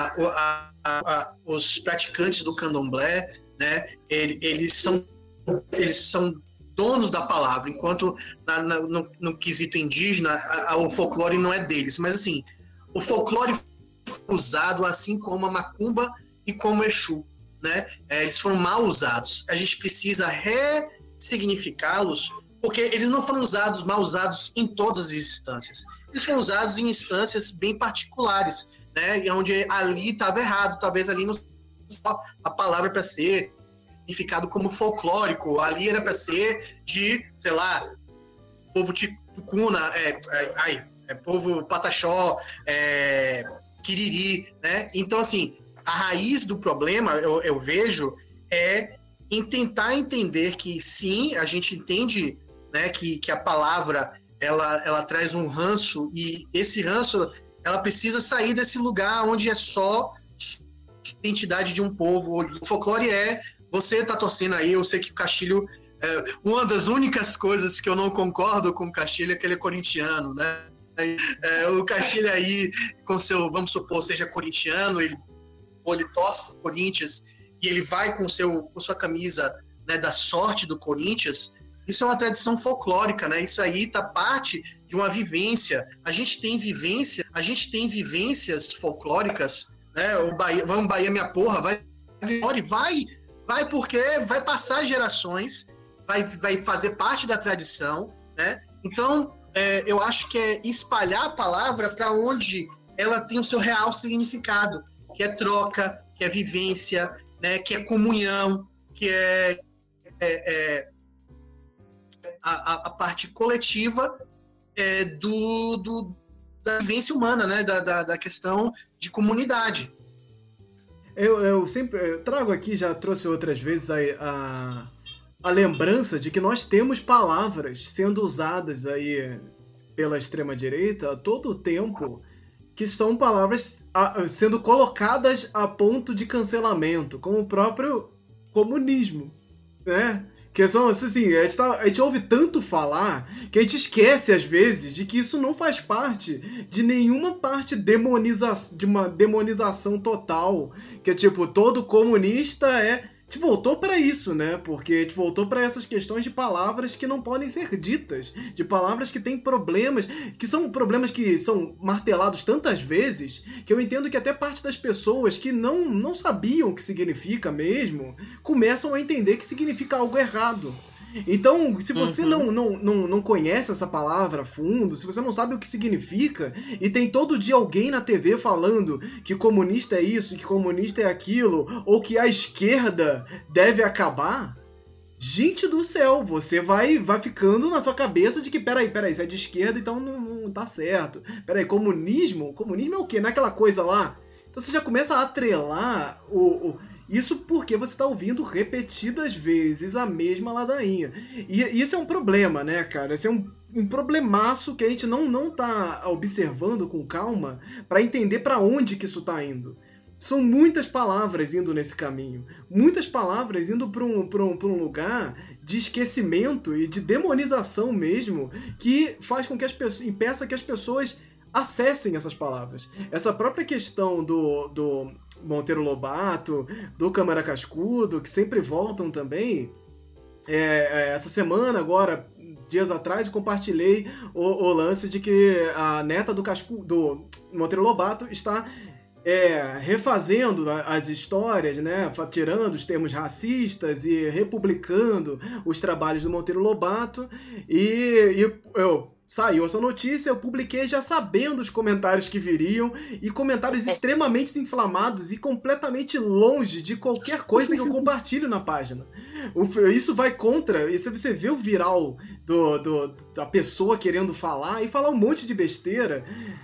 os praticantes do candomblé, né, eles são donos da palavra, enquanto no quesito indígena o folclore não é deles. Mas assim, o folclore foi usado assim como a macumba e como o Exu, né? Eles foram mal usados. A gente precisa ressignificá-los, porque eles não foram mal usados em todas as instâncias. Eles foram usados em instâncias bem particulares, né? Onde ali estava errado, talvez ali não a palavra para ser significado como folclórico, ali era para ser de, sei lá, povo Ticuna, povo Pataxó, Quiriri, né? Então, assim, a raiz do problema, eu vejo, é em tentar entender que, sim, a gente entende, né, que a palavra, ela traz um ranço, e esse ranço, ela precisa sair desse lugar onde é só identidade de um povo. O folclore você tá torcendo aí, eu sei que o Castilho, uma das únicas coisas que eu não concordo com o Castilho é que ele é corintiano, né? O Castilho aí, com seu, vamos supor, seja corintiano, ele torce pro Corinthians e ele vai com sua camisa, né, da sorte do Corinthians. Isso é uma tradição folclórica, né? Isso aí tá parte de uma vivência. A gente tem vivências folclóricas, né? Vamos Bahia minha porra, vai porque vai passar gerações, vai fazer parte da tradição, né? Então, eu acho que é espalhar a palavra para onde ela tem o seu real significado, que é troca, que é vivência, né? Que é comunhão, que é a parte coletiva da vivência humana, né? Da questão de comunidade. Eu sempre trago aqui, já trouxe outras vezes a lembrança de que nós temos palavras sendo usadas aí pela extrema-direita a todo o tempo, que são palavras sendo colocadas a ponto de cancelamento, como o próprio comunismo, né? Que são assim, a gente ouve tanto falar que a gente esquece às vezes de que isso não faz parte de nenhuma parte de uma demonização total, que é tipo, todo comunista a gente voltou para isso, né? Porque a gente voltou para essas questões de palavras que não podem ser ditas, de palavras que têm problemas, que são problemas que são martelados tantas vezes, que eu entendo que até parte das pessoas que não sabiam o que significa mesmo, começam a entender que significa algo errado. Então, se você não conhece essa palavra a fundo, se você não sabe o que significa, e tem todo dia alguém na TV falando que comunista é isso, que comunista é aquilo, ou que a esquerda deve acabar, gente do céu, você vai ficando na tua cabeça de que, peraí, se é de esquerda, então não tá certo. Peraí, comunismo é o quê? Não é aquela coisa lá? Então você já começa a atrelar isso porque você está ouvindo repetidas vezes a mesma ladainha. E isso é um problema, né, cara? Esse é um problemaço que a gente não tá observando com calma para entender para onde que isso tá indo. São muitas palavras indo nesse caminho. Muitas palavras indo para um lugar de esquecimento e de demonização mesmo, que faz com que impeça que as pessoas acessem essas palavras. Essa própria questão do Monteiro Lobato, do Câmara Cascudo, que sempre voltam também. Essa semana, agora, dias atrás, eu compartilhei o lance de que a neta do Monteiro Lobato está refazendo as histórias, né, tirando os termos racistas e republicando os trabalhos do Monteiro Lobato, e saiu essa notícia, eu publiquei já sabendo os comentários que viriam, e comentários extremamente inflamados e completamente longe de qualquer coisa que eu compartilho na página. Isso vai contra, e se você vê o viral da pessoa querendo falar e falar um monte de besteira,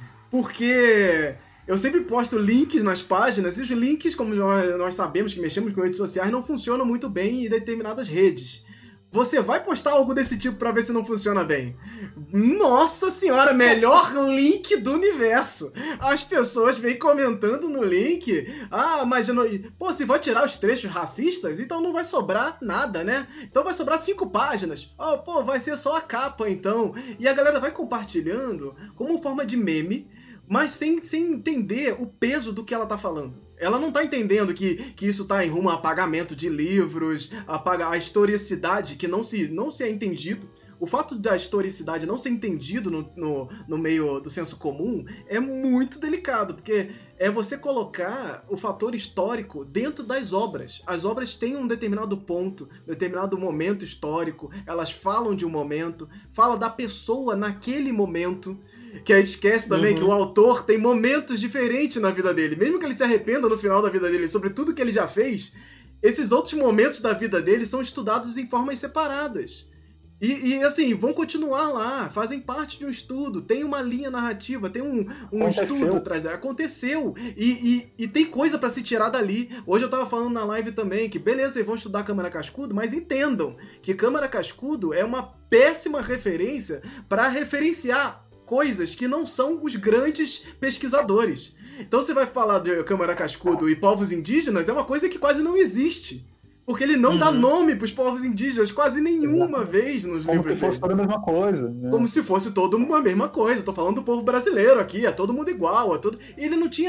porque eu sempre posto links nas páginas, e os links, como nós sabemos que mexemos com redes sociais, não funcionam muito bem em determinadas redes. você vai postar algo desse tipo pra ver se não funciona bem. Nossa senhora, melhor link do universo. As pessoas vêm comentando no link. Ah, mas pô, se vai tirar os trechos racistas, então não vai sobrar nada, né? Então vai sobrar 5 páginas. Oh, pô, vai ser só a capa, então. E a galera vai compartilhando como forma de meme, mas sem entender o peso do que ela tá falando. Ela não tá entendendo que isso tá em rumo a apagamento de livros, a historicidade que não se é entendido. O fato da historicidade não ser entendido no meio do senso comum é muito delicado, porque é você colocar o fator histórico dentro das obras. As obras têm um determinado ponto, determinado momento histórico, elas falam de um momento, fala da pessoa naquele momento. Que a gente esquece também que o autor tem momentos diferentes na vida dele. Mesmo que ele se arrependa no final da vida dele sobre tudo que ele já fez, esses outros momentos da vida dele são estudados em formas separadas. E assim, vão continuar lá, fazem parte de um estudo, tem uma linha narrativa, tem um estudo atrás dela. Aconteceu. E tem coisa pra se tirar dali. Hoje eu tava falando na live também que, beleza, vocês vão estudar Câmara Cascudo, mas entendam que Câmara Cascudo é uma péssima referência pra referenciar coisas que não são os grandes pesquisadores. Então você vai falar de Câmara Cascudo e povos indígenas, é uma coisa que quase não existe. Porque ele não dá nome pros povos indígenas quase nenhuma vez nos livros dele. Como se fosse toda a mesma coisa. Né? Como se fosse toda uma mesma coisa. Tô falando do povo brasileiro aqui, é todo mundo igual. E ele não tinha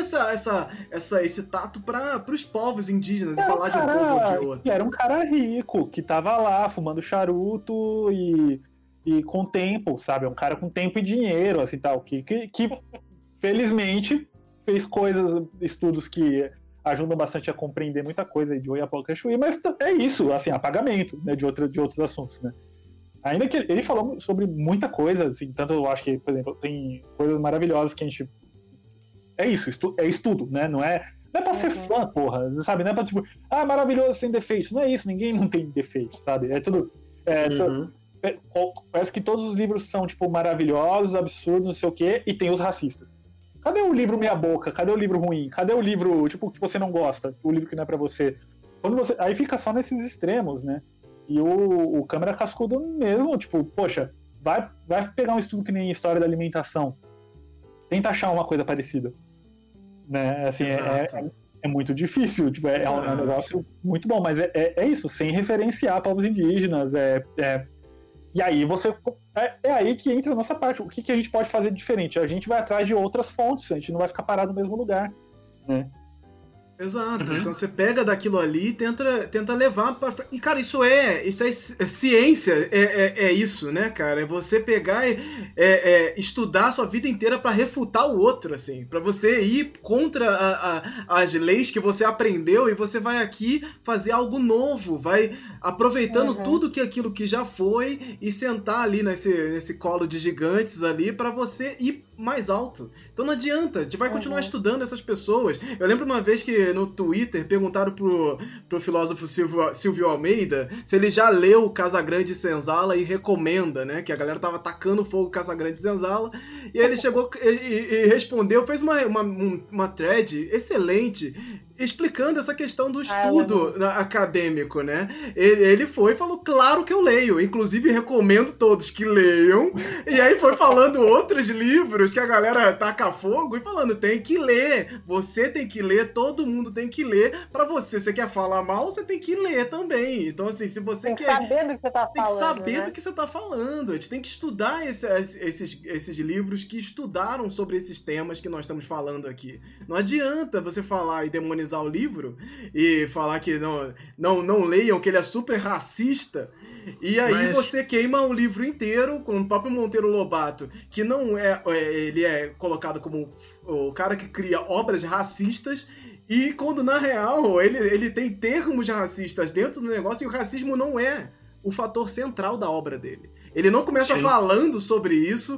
esse tato pros povos indígenas e falar de um povo ou de outro. Era um cara rico, que tava lá fumando charuto e com tempo, sabe? É um cara com tempo e dinheiro, assim, tal, que felizmente fez estudos que ajudam bastante a compreender muita coisa aí de Oiapoque Chuí, mas é isso, assim, apagamento, né, de outros assuntos, né? Ainda que ele falou sobre muita coisa, assim, tanto eu acho que, por exemplo, tem coisas maravilhosas que a gente... É isso, é estudo, né? Não é pra ser fã, porra, sabe? Não é pra, tipo, maravilhoso sem defeitos. Não é isso, ninguém não tem defeitos, sabe? É tudo... Parece que todos os livros são, tipo, maravilhosos, absurdos, não sei o quê, e tem os racistas. Cadê o livro meia boca? Cadê o livro ruim? Cadê o livro, tipo, que você não gosta? O livro que não é pra você? Aí fica só nesses extremos, né? E o Câmara Cascudo mesmo, tipo, poxa, vai pegar um estudo que nem História da Alimentação. Tenta achar uma coisa parecida. Né? Assim, é muito difícil, tipo, é um negócio muito bom, mas é isso, sem referenciar povos indígenas, E aí é aí que entra a nossa parte. O que a gente pode fazer diferente? A gente vai atrás de outras fontes, a gente não vai ficar parado no mesmo lugar, né? Exato. Então você pega daquilo ali e tenta levar pra frente. E, cara, isso é ciência, é isso, né, cara? É você pegar e estudar a sua vida inteira pra refutar o outro, assim. Pra você ir contra as leis que você aprendeu e você vai aqui fazer algo novo. Vai aproveitando tudo aquilo que já foi e sentar ali nesse colo de gigantes ali pra você ir mais alto. Então não adianta, a gente vai continuar estudando essas pessoas. Eu lembro uma vez que no Twitter perguntaram pro filósofo Silvio Almeida se ele já leu Casagrande e Senzala e recomenda, né? Que a galera tava tacando fogo Casagrande e Senzala. E ele chegou e respondeu, fez uma thread excelente explicando essa questão do estudo acadêmico, né? Ele foi e falou, claro que eu leio, inclusive recomendo todos que leiam, e aí foi falando outros livros que a galera taca fogo e falando, tem que ler, você tem que ler, todo mundo tem que ler, pra você quer falar mal, você tem que ler também. Então, assim, se você tem que saber do que você tá falando, tem que saber, né? do que você tá falando, a gente tem que estudar esses livros que estudaram sobre esses temas que nós estamos falando aqui. Não adianta você falar e demonizar o livro e falar que não leiam, que ele é super racista, e aí você queima o livro inteiro, com o próprio Monteiro Lobato, que não ele é colocado como o cara que cria obras racistas, e quando na real ele tem termos racistas dentro do negócio, e o racismo não é o fator central da obra dele. Ele não começa falando sobre isso,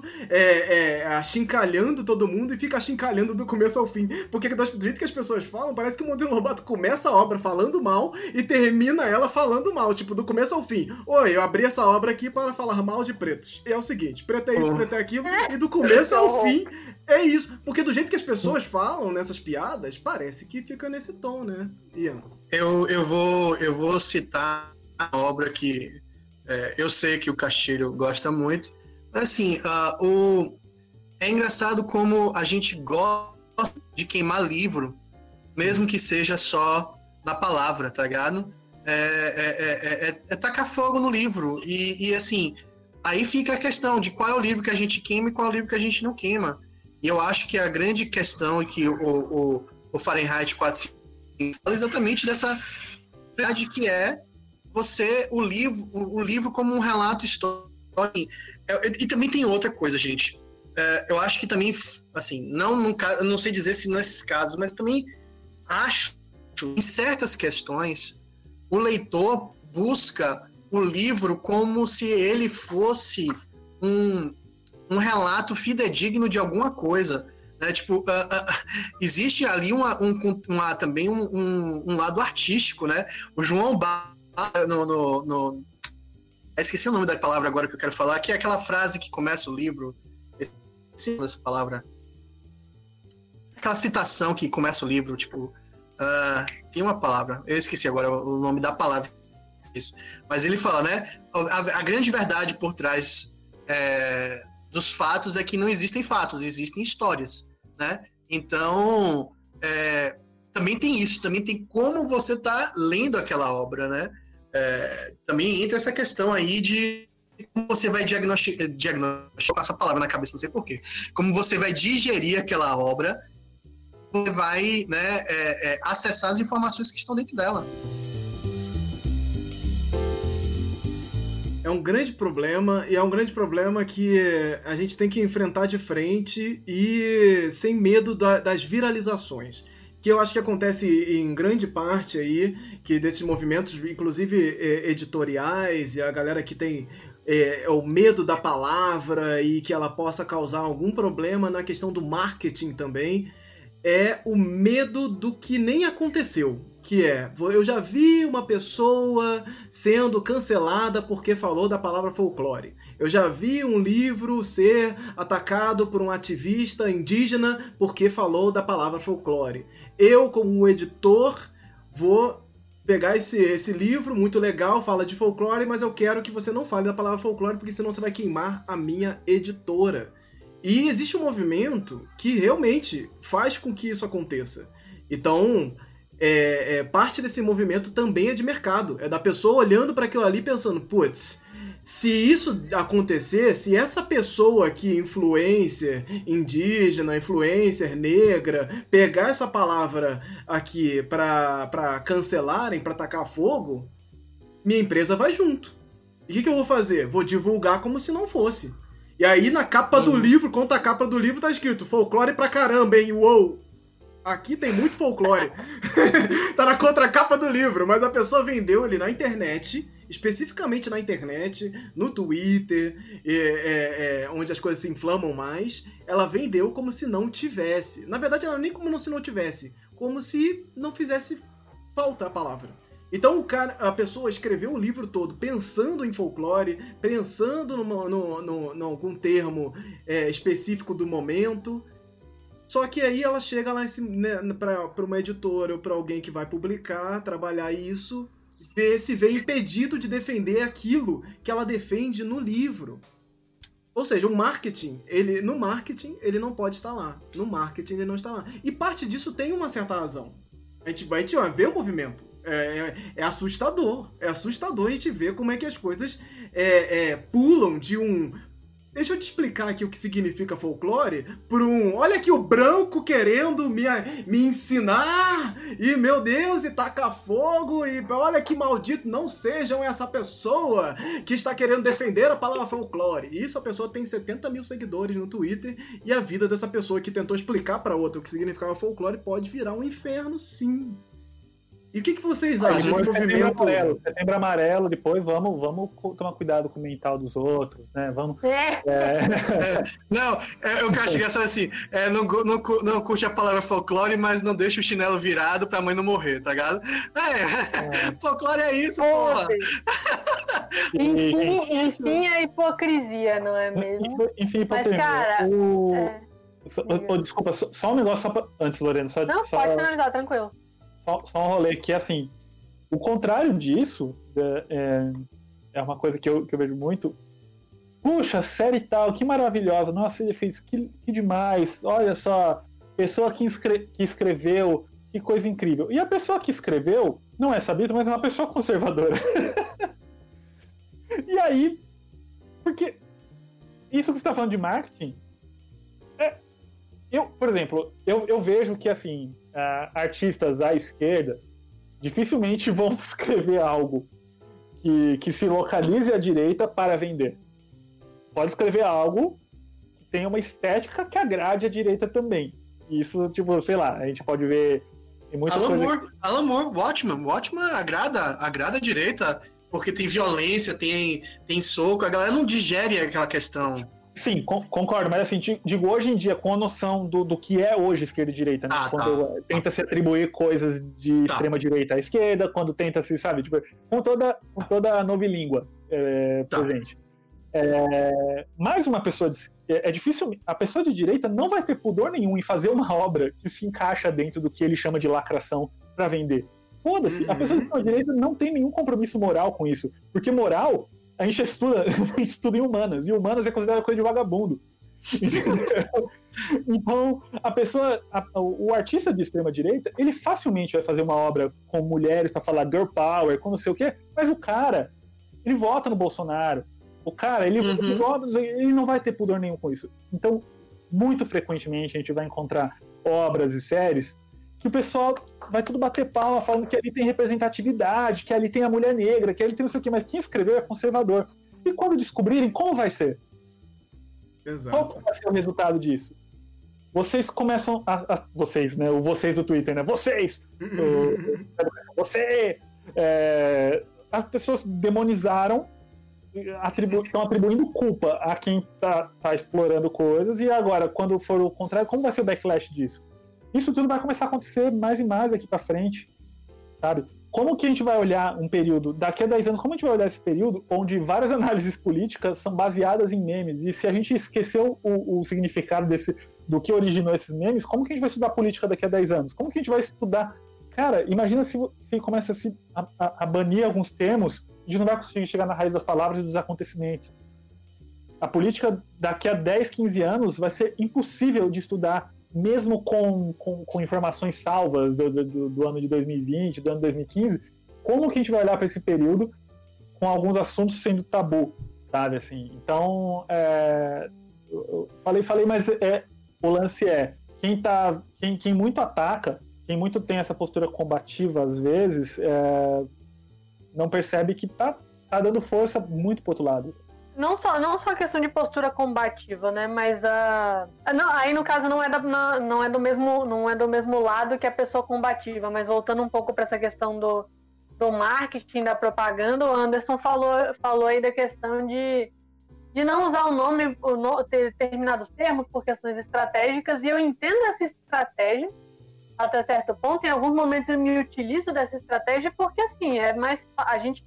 achincalhando todo mundo e fica achincalhando do começo ao fim. Porque do jeito que as pessoas falam, parece que o Monteiro Lobato começa a obra falando mal e termina ela falando mal. Tipo, do começo ao fim. Oi, eu abri essa obra aqui para falar mal de pretos. E é o seguinte, preto é isso, preto é aquilo. E do começo ao fim é isso. Porque do jeito que as pessoas falam nessas piadas, parece que fica nesse tom, né, Ian? Eu vou citar a obra que Eu sei que o Castilho gosta muito. Mas assim, é engraçado como a gente gosta de queimar livro, mesmo que seja só na palavra, tá ligado? Tacar fogo no livro. E assim, aí fica a questão de qual é o livro que a gente queima e qual é o livro que a gente não queima. E eu acho que a grande questão é que o Fahrenheit 451 fala exatamente dessa verdade que é o livro como um relato histórico. E também tem outra coisa, gente. Eu acho que também, assim, não sei dizer se nesses casos, mas também acho que em certas questões o leitor busca o livro como se ele fosse um relato fidedigno de alguma coisa, né? Tipo, existe ali também um lado artístico, né? O João Bar esqueci o nome da palavra agora que eu quero falar, que é aquela frase que começa o livro. Esqueci essa palavra. Aquela citação que começa o livro, tipo, tem uma palavra, eu esqueci agora o nome da palavra. Isso. Mas ele fala, né? A grande verdade por trás dos fatos é que não existem fatos, existem histórias, né? Então, também tem isso, também tem como você tá lendo aquela obra, né? Também entra essa questão aí de como você vai diagnosticar essa palavra na cabeça, não sei porquê. Como você vai digerir aquela obra, você vai, né, acessar as informações que estão dentro dela. É um grande problema, e é um grande problema que a gente tem que enfrentar de frente e sem medo das viralizações. Que eu acho que acontece em grande parte aí, que desses movimentos, inclusive editoriais, e a galera que tem o medo da palavra e que ela possa causar algum problema na questão do marketing também, é o medo do que nem aconteceu. Que eu já vi uma pessoa sendo cancelada porque falou da palavra folclore. Eu já vi um livro ser atacado por um ativista indígena porque falou da palavra folclore. Eu, como um editor, vou pegar esse livro, muito legal, fala de folclore, mas eu quero que você não fale da palavra folclore, porque senão você vai queimar a minha editora. E existe um movimento que realmente faz com que isso aconteça. Então, parte desse movimento também é de mercado. É da pessoa olhando para aquilo ali pensando, putz, se isso acontecer, se essa pessoa aqui, influencer indígena, influencer negra, pegar essa palavra aqui para cancelarem, para tacar fogo, minha empresa vai junto. E o que eu vou fazer? Vou divulgar como se não fosse. E aí na capa do livro, contra a capa do livro, tá escrito folclore pra caramba, hein? Uou! Aqui tem muito folclore. Tá na contracapa do livro, mas a pessoa vendeu ele na internet, especificamente na internet, no Twitter, onde as coisas se inflamam mais. Ela vendeu como se não tivesse. Na verdade, ela nem como se não tivesse, como se não fizesse falta a palavra. Então a pessoa escreveu o livro todo pensando em folclore, pensando em algum termo específico do momento. Só que aí ela chega lá para uma editora ou para alguém que vai publicar, trabalhar isso, se vê impedido de defender aquilo que ela defende no livro. Ou seja, no marketing ele não pode estar lá. No marketing ele não está lá. E parte disso tem uma certa razão. A gente vai ver o movimento. É assustador. É assustador a gente ver como é que as coisas pulam de um... Deixa eu te explicar aqui o que significa folclore por olha aqui o branco querendo me ensinar e, meu Deus, e taca fogo e olha que maldito, não sejam essa pessoa que está querendo defender a palavra folclore. E isso, a pessoa tem 70 mil seguidores no Twitter e a vida dessa pessoa que tentou explicar para outra o que significava folclore pode virar um inferno, sim. E o que vocês acham desse movimento? Setembro amarelo, depois vamos tomar cuidado com o mental dos outros, né? Vamos. Não, eu acho engraçado assim, não curte a palavra folclore, mas não deixa o chinelo virado pra mãe não morrer, tá ligado? Folclore é isso, porra! Enfim, a hipocrisia, não é mesmo? Enfim, hipocrisia. Mas, cara... Desculpa, só um negócio antes, Lorena. Não, pode finalizar, tranquilo. Só um rolê que, assim, o contrário disso é uma coisa que eu vejo muito. Puxa, série tal, que maravilhosa. Nossa, ele fez que demais. Olha só, pessoa que escreveu, que coisa incrível. E a pessoa que escreveu não é sabida, mas é uma pessoa conservadora. E aí, porque isso que você está falando de marketing, por exemplo, eu vejo que assim, artistas à esquerda dificilmente vão escrever algo que se localize à direita para vender. Pode escrever algo que tenha uma estética que agrade a direita também. Isso, tipo, sei lá, a gente pode ver em muita coisa... Alan Moore, Watchmen agrada a direita, porque tem violência, tem soco, a galera não digere aquela questão. Sim, concordo, mas assim, digo hoje em dia, com a noção do que é hoje esquerda e direita, né? Quando tenta se atribuir coisas de extrema direita à esquerda, quando tenta se, sabe, tipo, com toda a novilíngua presente. Mais uma pessoa é difícil, a pessoa de direita não vai ter pudor nenhum em fazer uma obra que se encaixa dentro do que ele chama de lacração para vender. Foda-se, a pessoa de direita não tem nenhum compromisso moral com isso, porque moral a gente estuda em humanas, e humanas é considerada coisa de vagabundo. Então, o artista de extrema direita, ele facilmente vai fazer uma obra com mulheres para falar girl power, com não sei o quê, mas o cara, ele vota no Bolsonaro. O cara, ele não vai ter pudor nenhum com isso. Então, muito frequentemente a gente vai encontrar obras e séries que o pessoal vai tudo bater palma falando que ali tem representatividade, que ali tem a mulher negra, que ali tem não sei o quê, mas quem escreveu é conservador. E quando descobrirem, como vai ser? Exato. Qual vai ser o resultado disso? Vocês começam vocês, né? O vocês do Twitter, né? Vocês! Você! As pessoas demonizaram, estão atribuindo culpa a quem tá explorando coisas, e agora, quando for o contrário, como vai ser o backlash disso? Isso tudo vai começar a acontecer mais e mais daqui pra frente, sabe? Como que a gente vai olhar um período, daqui a 10 anos, como a gente vai olhar esse período onde várias análises políticas são baseadas em memes, e se a gente esqueceu o significado do que originou esses memes, como que a gente vai estudar política daqui a 10 anos? Como que a gente vai estudar... Cara, imagina se começa a banir alguns termos, a gente não vai conseguir chegar na raiz das palavras e dos acontecimentos. A política daqui a 10, 15 anos vai ser impossível de estudar, mesmo com informações salvas do ano de 2020, do ano de 2015. Como que a gente vai olhar para esse período com alguns assuntos sendo tabu, sabe? Assim, então, eu falei, mas o lance quem muito ataca, quem muito tem essa postura combativa, às vezes, não percebe que tá dando força muito pro outro lado. Não só a questão de postura combativa, né? Mas aí no caso não é do mesmo lado que a pessoa combativa, mas voltando um pouco para essa questão do marketing, da propaganda, o Anderson falou aí da questão de não usar determinados termos por questões estratégicas, e eu entendo essa estratégia até certo ponto. Em alguns momentos eu me utilizo dessa estratégia porque, assim, a gente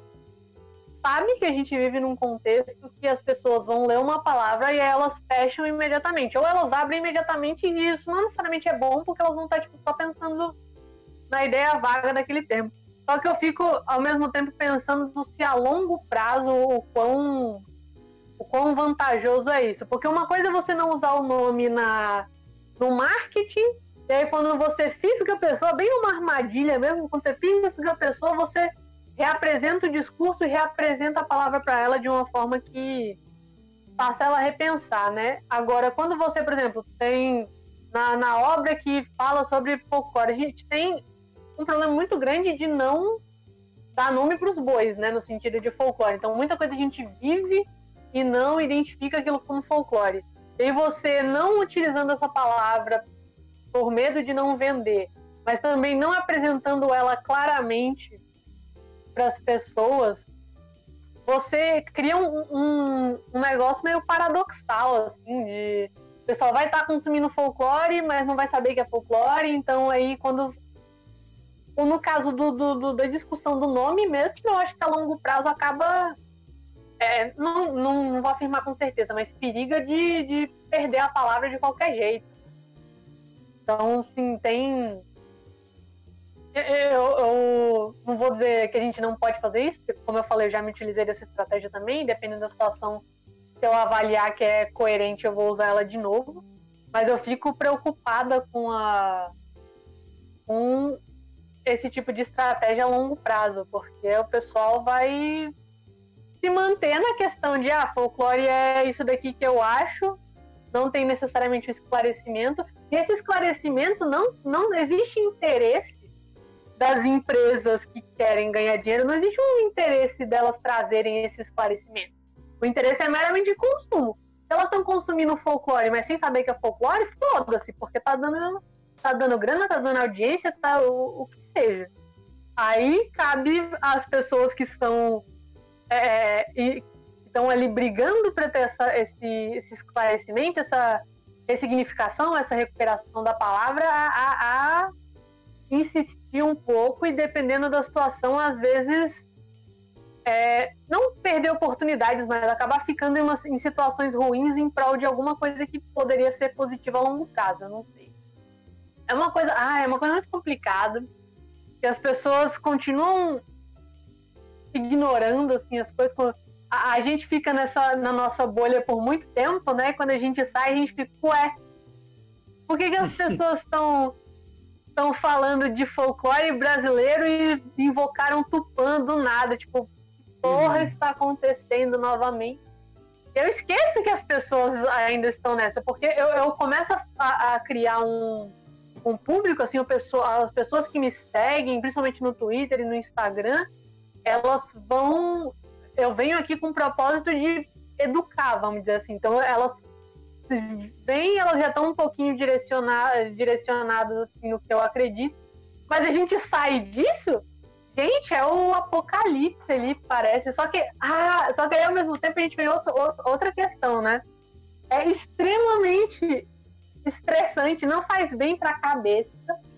sabe que a gente vive num contexto que as pessoas vão ler uma palavra e elas fecham imediatamente, ou elas abrem imediatamente, e isso não necessariamente é bom, porque elas vão estar só pensando na ideia vaga daquele tempo. Só que eu fico, ao mesmo tempo, pensando se a longo prazo o quão vantajoso é isso. Porque uma coisa é você não usar o nome no marketing, e aí quando você fisga a pessoa, bem numa armadilha mesmo, quando você fisga a pessoa, você reapresenta o discurso e reapresenta a palavra para ela de uma forma que faça ela repensar, né? Agora, quando você, por exemplo, tem na obra que fala sobre folclore, a gente tem um problema muito grande de não dar nome para os bois, né? No sentido de folclore. Então, muita coisa a gente vive e não identifica aquilo como folclore. E você não utilizando essa palavra por medo de não vender, mas também não apresentando ela claramente para as pessoas, você cria um negócio meio paradoxal, assim, de o pessoal vai estar consumindo folclore, mas não vai saber que é folclore. Então aí no caso da discussão do nome mesmo, eu acho que a longo prazo acaba, não vou afirmar com certeza, mas periga de perder a palavra de qualquer jeito. Então, assim, eu não vou dizer que a gente não pode fazer isso, porque, como eu falei, eu já me utilizei dessa estratégia também, dependendo da situação, se eu avaliar que é coerente, eu vou usar ela de novo. Mas eu fico preocupada com esse tipo de estratégia a longo prazo, porque o pessoal vai se manter na questão de folclore é isso daqui que eu acho, não tem necessariamente um esclarecimento, e esse esclarecimento não existe interesse das empresas que querem ganhar dinheiro, não existe um interesse delas trazerem esse esclarecimento. O interesse é meramente de consumo. Se elas estão consumindo folclore, mas sem saber que é folclore, foda-se, porque tá dando grana, tá dando audiência, tá o que seja. Aí cabe às pessoas que estão ali brigando para ter esse esclarecimento, essa ressignificação, essa recuperação da palavra, a insistir um pouco e, dependendo da situação, às vezes não perder oportunidades, mas acabar ficando em situações ruins em prol de alguma coisa que poderia ser positiva a longo prazo, eu não sei. É uma coisa muito complicada, que as pessoas continuam ignorando assim, as coisas. A gente fica na nossa bolha por muito tempo, né? Quando a gente sai, a gente fica, por que as pessoas estão falando de folclore brasileiro e invocaram Tupã do nada? Tipo, porra está acontecendo novamente? Eu esqueço que as pessoas ainda estão nessa, porque eu começo a criar um público, assim, as pessoas que me seguem, principalmente no Twitter e no Instagram, elas vão... Eu venho aqui com o propósito de educar, vamos dizer assim. Então, elas já estão um pouquinho direcionadas assim, no que eu acredito. Mas a gente sai disso, gente, é o apocalipse ali, parece. Só que aí, ao mesmo tempo, a gente vê outra questão, né? É extremamente estressante, não faz bem para a cabeça,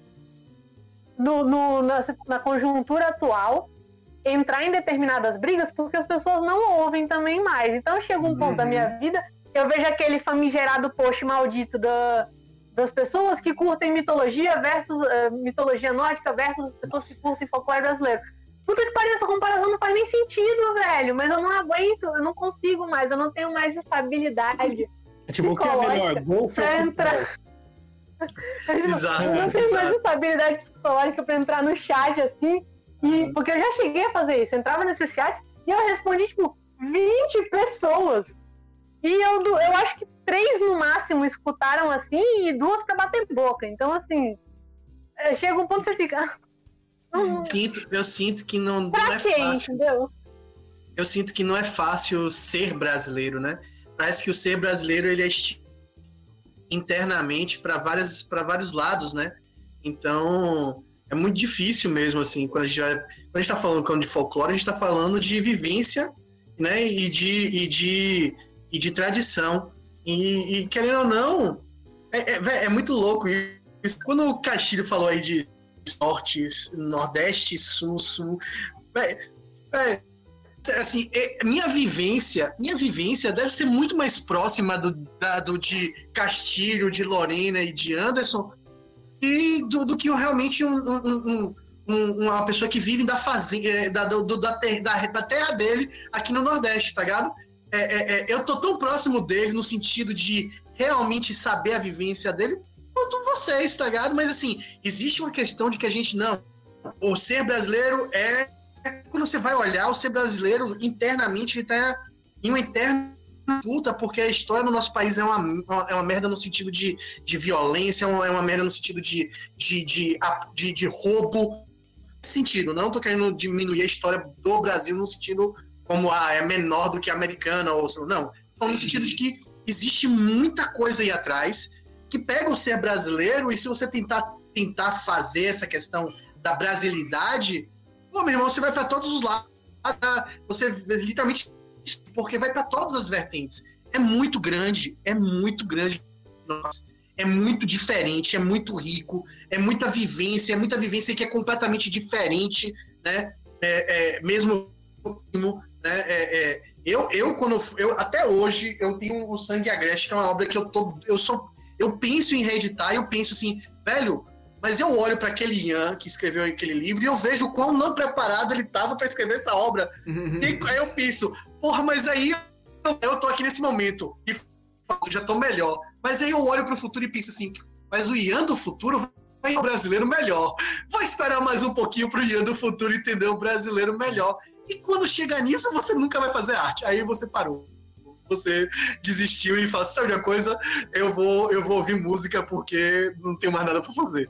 na conjuntura atual, entrar em determinadas brigas, porque as pessoas não ouvem também mais. Então chega um ponto da minha vida, eu vejo aquele famigerado post maldito das pessoas que curtem mitologia versus mitologia nórdica versus as pessoas que curtem folclore brasileiro. Puta que pariu, essa comparação não faz nem sentido, velho, mas eu não aguento, eu não consigo mais, eu não tenho mais estabilidade. Tipo, o que é melhor? Golfe ou entrar... Exato. Eu não tenho mais estabilidade psicológica pra entrar no chat assim. Porque eu já cheguei a fazer isso. Eu entrava nesses chats e eu respondi, 20 pessoas. E eu acho que 3 no máximo escutaram assim e 2 pra bater boca. Então, assim, chega um ponto que você fica... Eu sinto que não pra é quê, fácil. Entendeu? Eu sinto que não é fácil ser brasileiro, né? Parece que o ser brasileiro, ele é internamente para vários lados, né? Então... É muito difícil mesmo, assim, quando a gente está falando de folclore, a gente está falando de vivência, né, e de tradição. E querendo ou não, é muito louco isso. Quando o Castilho falou aí de norte, nordeste, sul, assim, minha vivência deve ser muito mais próxima do de Castilho, de Lorena e de Anderson, do que realmente uma pessoa que vive da fazenda, da terra dele aqui no Nordeste, tá ligado? Eu tô tão próximo dele no sentido de realmente saber a vivência dele quanto vocês, tá ligado? Mas assim, existe uma questão de que a gente o ser brasileiro quando você vai olhar, o ser brasileiro internamente ele tá em uma eterna puta, porque a história no nosso país é uma merda no sentido de violência, é uma merda no sentido de roubo. Nesse sentido, não tô querendo diminuir a história do Brasil no sentido como é menor do que a americana, ou não. Falando no sentido de que existe muita coisa aí atrás que pega o ser brasileiro e se você tentar fazer essa questão da brasilidade, meu irmão, você vai para todos os lados, você literalmente... porque vai para todas as vertentes. É muito grande, nossa, é muito diferente, é muito rico, é muita vivência que é completamente diferente, né? Mesmo, né? Eu até hoje eu tenho o Sangue Agreste, que é uma obra que eu penso em reeditar, e eu penso assim, velho, mas eu olho para aquele Ian que escreveu aquele livro e eu vejo o quão não preparado ele estava para escrever essa obra. E aí eu penso, porra, mas aí eu tô aqui nesse momento e já tô melhor. Mas aí eu olho para o futuro e penso assim, mas o Ian do futuro vai ser o brasileiro melhor. Vou esperar mais um pouquinho pro Ian do futuro entender o brasileiro melhor. E quando chegar nisso, você nunca vai fazer arte. Aí você parou. Você desistiu e fala, sabe de uma coisa? Eu vou ouvir música porque não tenho mais nada para fazer.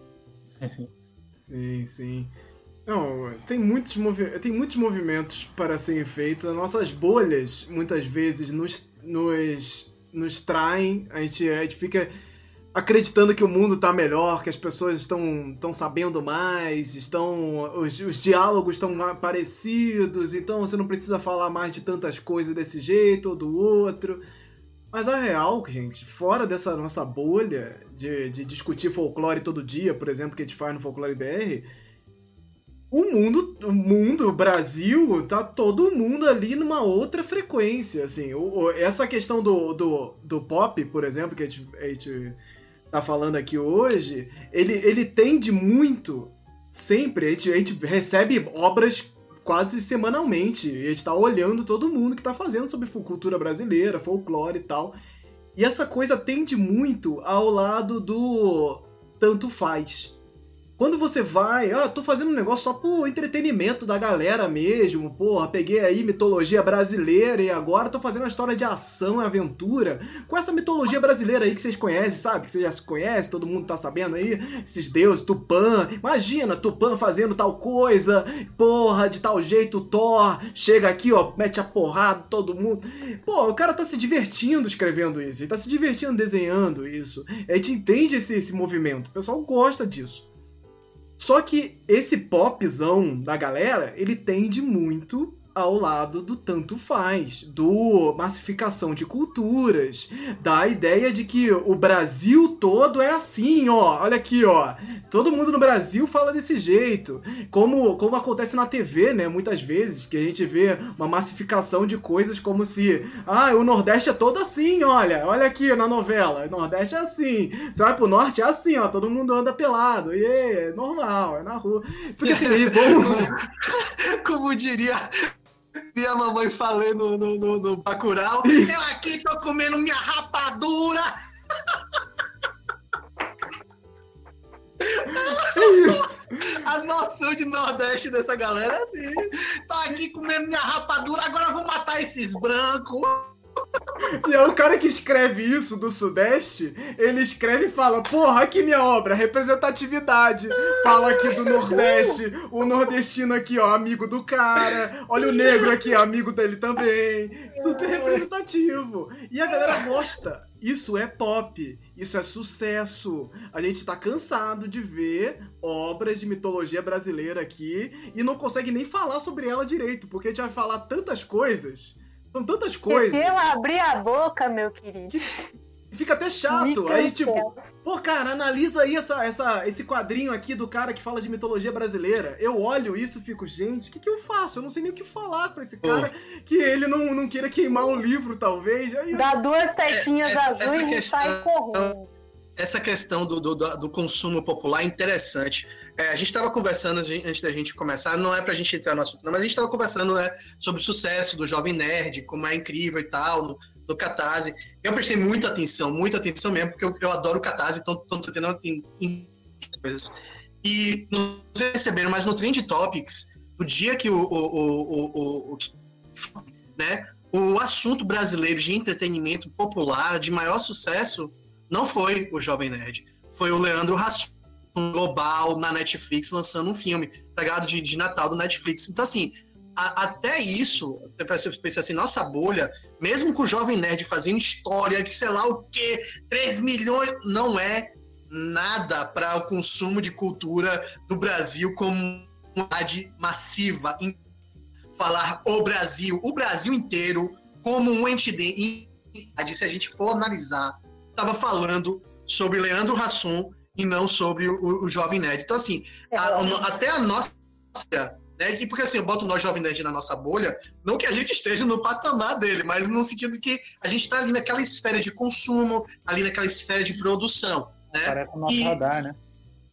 Sim, sim. Não, tem muitos movimentos para serem feitos. As nossas bolhas, muitas vezes, nos traem. A gente fica acreditando que o mundo está melhor, que as pessoas estão sabendo mais, os diálogos estão parecidos, então você não precisa falar mais de tantas coisas desse jeito ou do outro. Mas a real, gente, fora dessa nossa bolha de discutir folclore todo dia, por exemplo, que a gente faz no Folclore BR, o mundo, o Brasil, tá todo mundo ali numa outra frequência, assim. Essa questão do pop, por exemplo, que a gente tá falando aqui hoje, ele tende muito, sempre, a gente recebe obras quase semanalmente, e a gente tá olhando todo mundo que tá fazendo sobre cultura brasileira, folclore e tal, e essa coisa tende muito ao lado do tanto faz. Quando você vai, tô fazendo um negócio só pro entretenimento da galera mesmo, porra, peguei aí mitologia brasileira e agora tô fazendo uma história de ação e aventura com essa mitologia brasileira aí que vocês conhecem, sabe? Que vocês já se conhecem, todo mundo tá sabendo aí, esses deuses, Tupã, imagina, Tupã fazendo tal coisa, porra, de tal jeito, Thor, chega aqui, ó, mete a porrada, todo mundo. Pô, o cara tá se divertindo escrevendo isso, ele tá se divertindo desenhando isso, a gente entende esse movimento, o pessoal gosta disso. Só que esse popzão da galera, ele tende muito ao lado do tanto faz, do massificação de culturas, da ideia de que o Brasil todo é assim, ó, olha aqui, ó, todo mundo no Brasil fala desse jeito, como acontece na TV, né, muitas vezes, que a gente vê uma massificação de coisas como se, o Nordeste é todo assim, olha aqui na novela, o Nordeste é assim, você vai pro Norte é assim, ó, todo mundo anda pelado, e é normal, é na rua, porque assim, eles vão... Como diria a mamãe falando no Bacurau, eu aqui tô comendo minha rapadura. É isso. A noção de Nordeste dessa galera é assim, tô aqui comendo minha rapadura, agora eu vou matar esses brancos. E é o cara que escreve isso do Sudeste, ele escreve e fala, porra, aqui minha obra, representatividade. Fala aqui do Nordeste, o nordestino aqui, ó, amigo do cara. Olha o negro aqui, amigo dele também. Super representativo. E a galera gosta. Isso é pop, isso é sucesso. A gente tá cansado de ver obras de mitologia brasileira aqui e não consegue nem falar sobre ela direito, porque a gente vai falar tantas coisas... São tantas coisas. Se eu abrir a boca, meu querido. Fica até chato. Aí, tipo, pô, cara, analisa aí esse quadrinho aqui do cara que fala de mitologia brasileira. Eu olho isso e fico, gente, o que eu faço? Eu não sei nem o que falar pra esse cara que ele não queira queimar um livro, talvez. Aí, dá duas setinhas azuis e sai correndo. Essa questão do consumo popular é interessante. A gente estava conversando antes da gente começar, não é pra gente entrar no assunto, não, mas a gente estava conversando, né, sobre o sucesso do Jovem Nerd, como é incrível e tal, no Catarse. Eu prestei muita atenção mesmo, porque eu adoro o Catarse, então estou tentando em coisas. E não sei se perceberam, mas no Trend Topics, no dia que o assunto brasileiro de entretenimento popular de maior sucesso não foi o Jovem Nerd, foi o Leandro Hassum, global, na Netflix, lançando um filme, pegado de Natal do Netflix. Então, assim, até isso, até você pensar assim, nossa bolha, mesmo com o Jovem Nerd fazendo história, que sei lá o quê, 3 milhões, não é nada para o consumo de cultura do Brasil como uma cidade massiva. Falar o Brasil inteiro, como um entidade, se a gente for analisar, estava falando sobre Leandro Hassum e não sobre o Jovem Nerd. Então, assim, até a nossa... Né, porque, assim, eu boto nós Jovem Nerd na nossa bolha, não que a gente esteja no patamar dele, mas no sentido que a gente está ali naquela esfera de consumo, ali naquela esfera de produção. Né? Parece o nosso radar, né?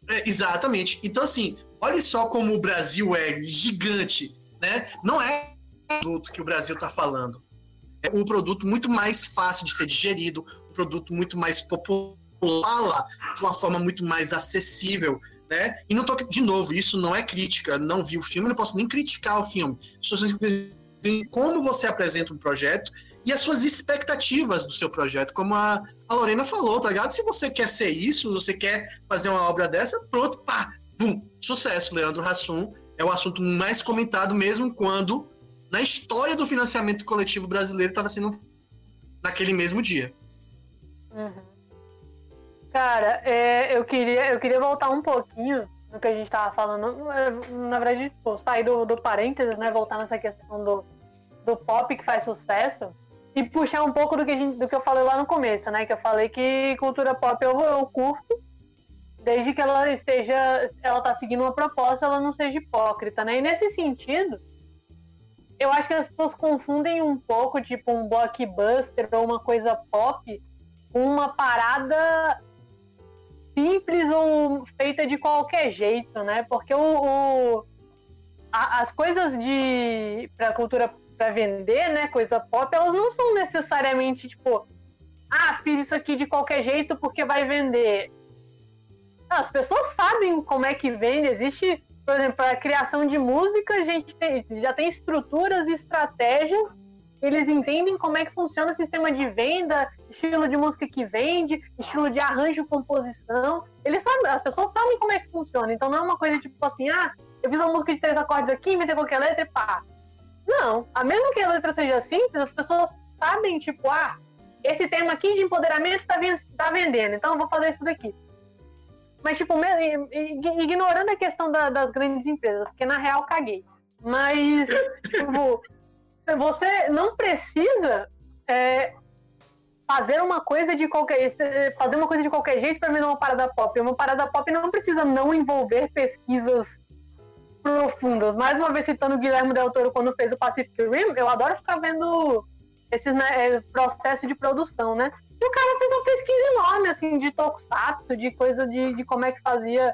Exatamente. Então, assim, olha só como o Brasil é gigante, né? Não é o produto que o Brasil está falando. É um produto muito mais fácil de ser digerido, um produto muito mais popular, de uma forma muito mais acessível, né? E não tô, de novo, isso não é crítica. Não vi o filme, não posso nem criticar o filme. Como você apresenta um projeto e as suas expectativas do seu projeto, como a Lorena falou, tá ligado? Se você quer ser isso, você quer fazer uma obra dessa, pronto, pá, bum, sucesso. Leandro Hassum é o assunto mais comentado, mesmo quando na história do financiamento coletivo brasileiro estava sendo naquele mesmo dia. Uhum. Cara, eu queria voltar um pouquinho no que a gente tava falando. Na verdade, sair do parênteses, né? Voltar nessa questão do pop que faz sucesso e puxar um pouco do que eu falei lá no começo, né? Que eu falei que cultura pop eu curto, desde que ela tá seguindo uma proposta, ela não seja hipócrita, né? E nesse sentido, eu acho que as pessoas confundem um pouco, tipo, um blockbuster ou uma coisa pop com uma parada simples ou feita de qualquer jeito, né? Porque as coisas pra cultura pra vender, né? Coisa pop, elas não são necessariamente, tipo, fiz isso aqui de qualquer jeito porque vai vender. As pessoas sabem como é que vende. Existe, por exemplo, a criação de música, a gente já tem estruturas e estratégias. Eles entendem como é que funciona o sistema de venda, estilo de música que vende, estilo de arranjo, composição. Eles sabem, as pessoas sabem como é que funciona. Então não é uma coisa tipo assim, eu fiz uma música de 3 acordes aqui, inventei qualquer letra e pá. Não, a mesmo que a letra seja simples, as pessoas sabem, tipo, esse tema aqui de empoderamento tá vendendo, então eu vou fazer isso daqui. Mas, tipo, ignorando a questão das grandes empresas, porque na real caguei. Mas, tipo, você não precisa fazer uma coisa de qualquer jeito para vender uma parada pop. Uma parada pop não precisa não envolver pesquisas profundas. Mais uma vez citando o Guilherme Del Toro quando fez o Pacific Rim, eu adoro ficar vendo esses processos de produção, né? E o cara fez uma pesquisa enorme, assim, de tokusatsu, de coisa de como é que fazia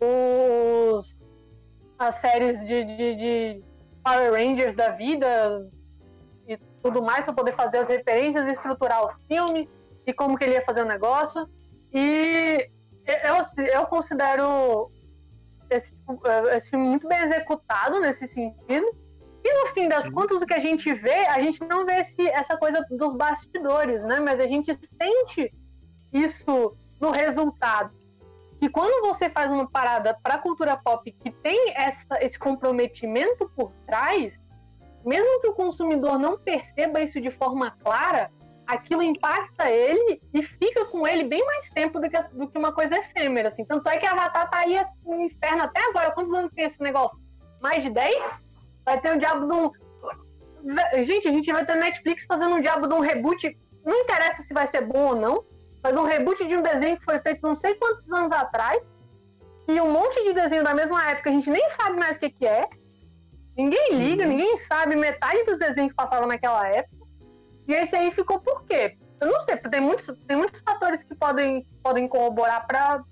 as séries de Power Rangers da vida e tudo mais, para poder fazer as referências e estruturar o filme e como que ele ia fazer o negócio. E eu considero esse filme muito bem executado nesse sentido. E no fim das contas, o que a gente vê, a gente não vê essa coisa dos bastidores, né? Mas a gente sente isso no resultado. E quando você faz uma parada para a cultura pop que tem esse comprometimento por trás, mesmo que o consumidor não perceba isso de forma clara, aquilo impacta ele e fica com ele bem mais tempo do que uma coisa efêmera, assim. Tanto é que Avatar tá aí no inferno até agora. Quantos anos tem esse negócio? Mais de 10? Vai ter um diabo de um... Gente, a gente vai ter Netflix fazendo um diabo de um reboot. Não interessa se vai ser bom ou não, mas um reboot de um desenho que foi feito não sei quantos anos atrás, e um monte de desenho da mesma época a gente nem sabe mais o que é. Ninguém liga, ninguém sabe metade dos desenhos que passavam naquela época. E esse aí ficou por quê? Eu não sei, tem muitos fatores que podem corroborar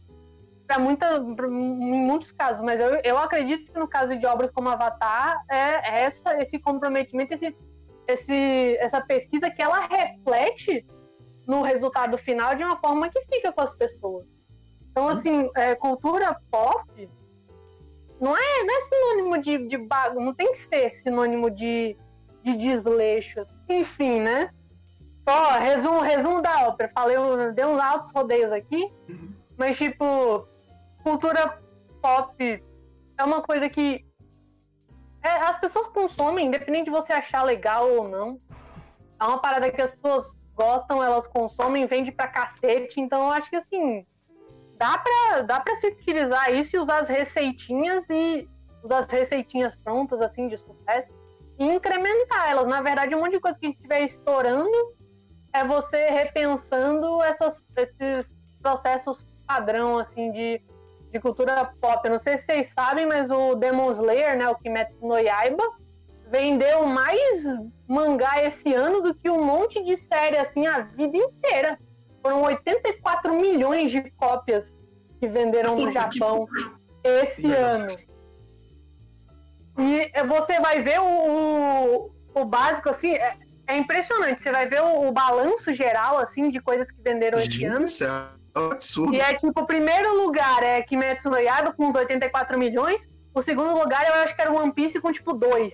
em muitos casos, mas eu acredito que no caso de obras como Avatar, esse comprometimento, essa pesquisa que ela reflete no resultado final de uma forma que fica com as pessoas. Então, assim, cultura pop não é sinônimo de bagunça, não tem que ser sinônimo de desleixo. Enfim, né? Só resumo da ópera. Dei uns altos rodeios aqui, mas, tipo, cultura pop é uma coisa que as pessoas consomem, independente de você achar legal ou não. É uma parada que as pessoas gostam, elas consomem, vende pra cacete. Então, eu acho que, assim, dá pra se utilizar isso e usar as receitinhas prontas, assim, de sucesso e incrementar elas. Na verdade, um monte de coisa que a gente estiver estourando é você repensando esses processos padrão, assim, de cultura pop. Eu não sei se vocês sabem, mas o Demon Slayer, né, o Kimetsu no Yaiba, vendeu mais mangá esse ano do que um monte de série, assim, a vida inteira. Foram 84 milhões de cópias que venderam no Japão esse ano. E você vai ver o básico, assim, é impressionante. Você vai ver o balanço geral, assim, de coisas que venderam esse ano. É um absurdo. E é tipo, o primeiro lugar é Kimetsu no Yaiba com uns 84 milhões. O segundo lugar eu acho que era One Piece com tipo 2.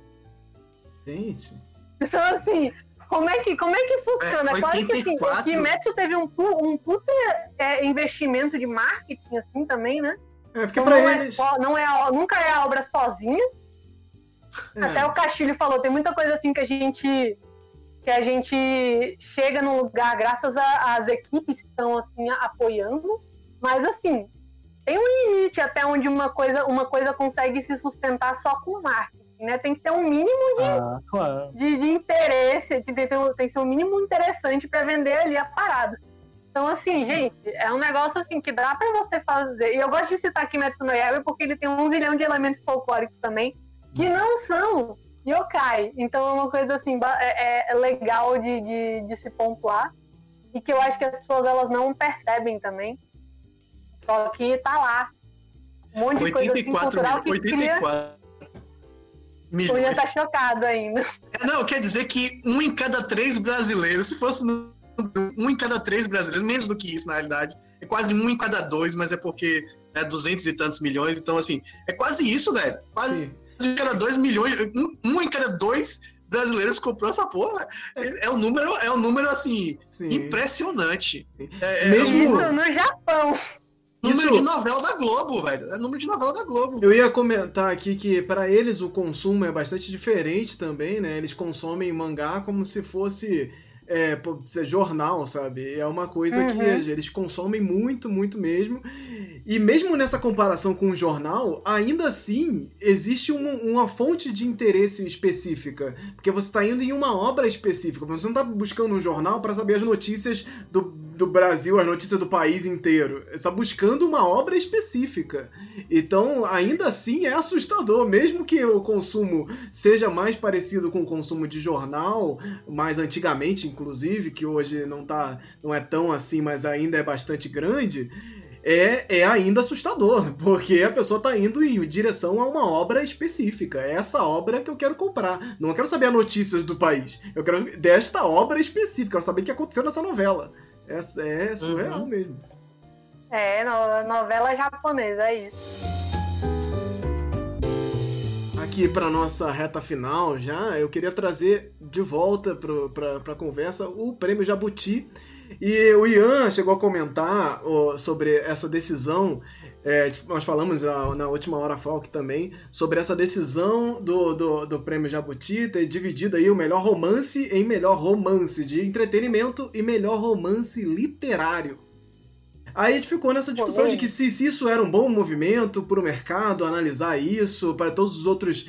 Gente. Então, assim, como é que funciona? É claro que assim, o Kimetsu teve um puta investimento de marketing, assim, também, né? Porque então, pra eles... nunca é a obra sozinha. Até o Castilho falou, tem muita coisa assim que a gente chega num lugar graças às equipes que estão assim, apoiando. Mas assim, tem um limite até onde uma coisa consegue se sustentar só com marketing, né? Tem que ter um mínimo de interesse, tem que ser um mínimo interessante para vender ali a parada. Então, assim, gente, é um negócio assim que dá para você fazer. E eu gosto de citar Kimetsu no Yaiba porque ele tem 1 zilhão de elementos folclóricos também, que não são yokai. Então é uma coisa assim, é legal de se pontuar. E que eu acho que as pessoas elas não percebem também. Só que tá lá. Um monte de coisa assim, cultural que 84 milhões. Eu ia estar chocado ainda. Não, quer dizer que 1 em cada 3 brasileiros, se fosse 1 em cada 3 brasileiros, menos do que isso na realidade, é quase 1 em cada 2, mas é porque é 200 e tantos milhões, então assim, é quase isso, velho. Quase 1 em cada 2 milhões, 1 em cada 2 brasileiros comprou essa porra. É um número assim, impressionante. Mesmo isso no Japão. Número de novela da Globo, velho. É número de novela da Globo. Eu ia comentar aqui que pra eles o consumo é bastante diferente também, né? Eles consomem mangá como se fosse jornal, sabe? É uma coisa que eles consomem muito, muito mesmo. E mesmo nessa comparação com o jornal, ainda assim, existe uma fonte de interesse específica. Porque você está indo em uma obra específica. Você não está buscando um jornal para saber as notícias do Brasil, as notícias do país inteiro. Você está buscando uma obra específica. Então, ainda assim, é assustador. Mesmo que o consumo seja mais parecido com o consumo de jornal, mais antigamente, inclusive, que hoje não é tão assim, mas ainda é bastante grande, é ainda assustador, porque a pessoa está indo em direção a uma obra específica. É essa obra que eu quero comprar. Não quero saber as notícias do país. Eu quero desta obra específica. Eu quero saber o que aconteceu nessa novela. É surreal mesmo. É, novela japonesa, é isso. Aqui para nossa reta final já, eu queria trazer de volta para a conversa o Prêmio Jabuti. E o Ian chegou a comentar sobre essa decisão, nós falamos na última hora Falk também, sobre essa decisão do Prêmio Jabuti ter dividido aí o melhor romance em melhor romance de entretenimento e melhor romance literário. Aí a gente ficou nessa discussão de que se isso era um bom movimento para o mercado analisar isso, para todos os outros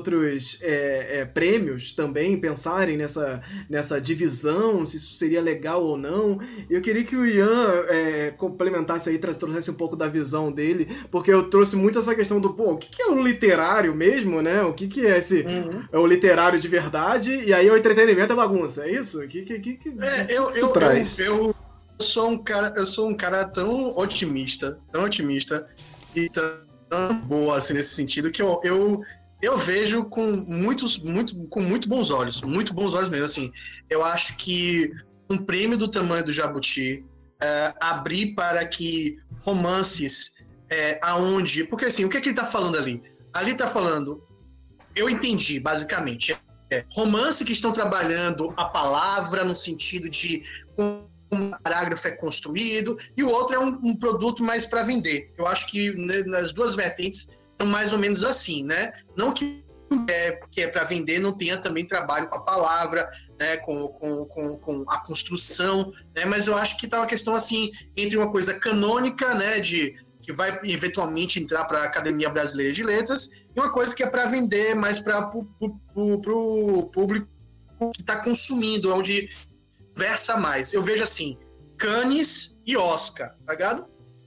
prêmios também pensarem nessa divisão, se isso seria legal ou não. E eu queria que o Ian complementasse aí, trouxesse um pouco da visão dele, porque eu trouxe muito essa questão do, o que é o literário mesmo, né? O que é esse... É o literário de verdade, e aí o entretenimento é bagunça, é isso? Eu traz? Eu sou um cara tão otimista e tão boa assim, nesse sentido, que eu vejo com muito bons olhos mesmo, assim. Eu acho que um prêmio do tamanho do Jabuti abrir para que romances aonde... Porque assim, o que ele tá falando ali? Ali tá falando, eu entendi, basicamente, romance que estão trabalhando a palavra no sentido de um parágrafo é construído, e o outro é um produto mais para vender. Eu acho que nas duas vertentes são mais ou menos assim, né? Não que é para vender não tenha também trabalho com a palavra, né? com a construção, né? Mas eu acho que tá uma questão assim, entre uma coisa canônica, né? Que vai eventualmente entrar para a Academia Brasileira de Letras, e uma coisa que é para vender mais para o público que está consumindo, onde versa mais. Eu vejo assim, Cannes e Oscar, tá ligado?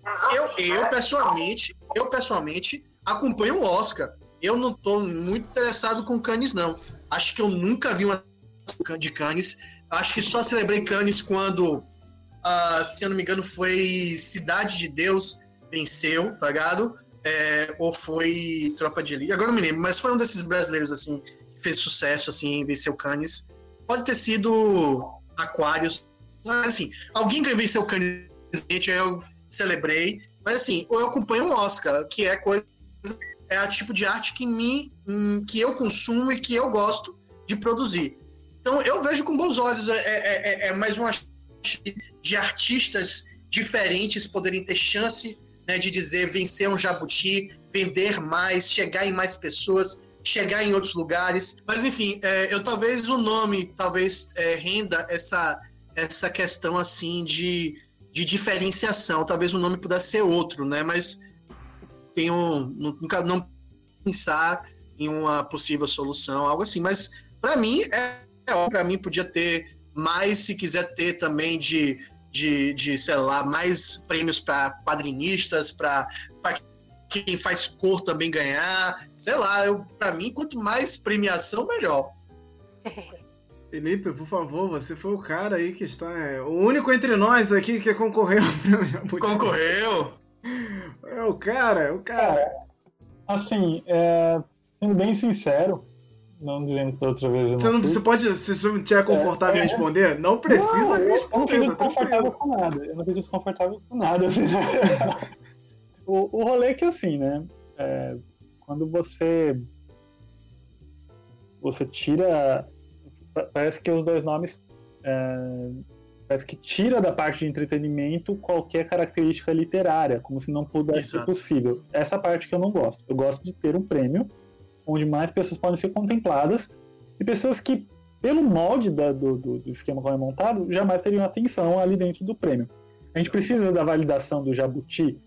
Eu pessoalmente acompanho o Oscar. Eu não tô muito interessado com Cannes, não. Acho que eu nunca vi uma de Cannes. Acho que só celebrei Cannes quando, se eu não me engano, foi Cidade de Deus, venceu, tá ligado? Ou foi Tropa de Elite, agora não me lembro, mas foi um desses brasileiros, assim, que fez sucesso, assim, venceu Cannes. Pode ter sido Aquarius, mas, assim, alguém que venceu Cannes, eu celebrei, mas, assim, eu acompanho o Oscar, que é a tipo de arte que eu consumo e que eu gosto de produzir. Então, eu vejo com bons olhos, mais uma de artistas diferentes poderem ter chance, né, de dizer vencer um jabuti, vender mais, chegar em mais pessoas, chegar em outros lugares. Mas, enfim, talvez o nome renda essa questão assim de diferenciação. Talvez o nome pudesse ser outro, né? Mas nunca não pensar em uma possível solução, algo assim. Mas, para mim, para mim podia ter mais, se quiser ter também de sei lá, mais prêmios para quadrinistas, para quem faz cor também ganhar, sei lá, para mim, quanto mais premiação, melhor. Felipe, por favor, você foi o cara aí que está... o único entre nós aqui que concorreu ao Prêmio Jabuti. Concorreu! É o cara. Assim, sendo bem sincero, não dizendo que outra vez eu não você pode, se você não estiver confortável em responder, não precisa responder. Eu não fico desconfortável com nada. Eu não fico desconfortável com nada. Assim. O rolê é que, assim, né? Quando você tira... Parece que os dois nomes... parece que tira da parte de entretenimento qualquer característica literária, como se não pudesse ser possível. Essa parte que eu não gosto. Eu gosto de ter um prêmio onde mais pessoas podem ser contempladas e pessoas que, pelo molde do esquema como é montado, jamais teriam atenção ali dentro do prêmio. A gente precisa da validação do Jabuti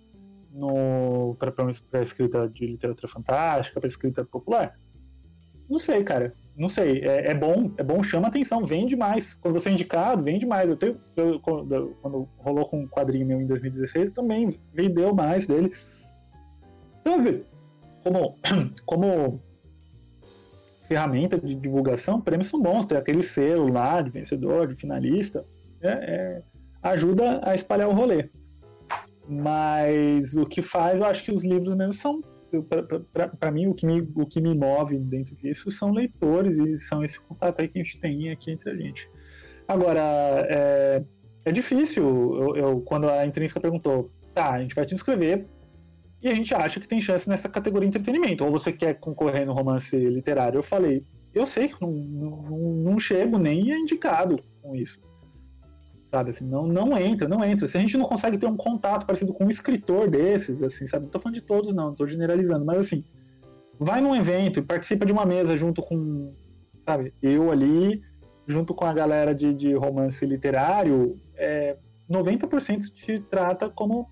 para escrita de literatura fantástica, para escrita popular? Não sei, cara. Não sei. É bom, chama atenção, vende mais. Quando você é indicado, vende mais. Quando rolou com um quadrinho meu em 2016, também vendeu mais dele. Então, como ferramenta de divulgação, prêmios são bons, tem aquele selo lá de vencedor, de finalista, ajuda a espalhar o rolê. Mas o que faz, eu acho que os livros mesmo são, para mim, o que me move dentro disso são leitores e são esse contato aí que a gente tem aqui entre a gente. Agora, é difícil, quando a Intrínseca perguntou, tá, a gente vai te inscrever, e a gente acha que tem chance nessa categoria entretenimento. Ou você quer concorrer no romance literário? Eu falei, eu sei que não chego nem indicado com isso. Sabe, assim, não entra. Se a gente não consegue ter um contato parecido com um escritor desses, assim, sabe? Não tô falando de todos, não tô generalizando, mas assim, vai num evento e participa de uma mesa junto com, sabe, eu ali, junto com a galera de romance literário, 90% te trata como...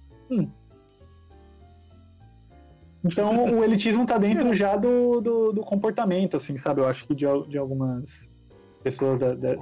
Então, o elitismo tá dentro já do comportamento, assim, sabe? Eu acho que de algumas pessoas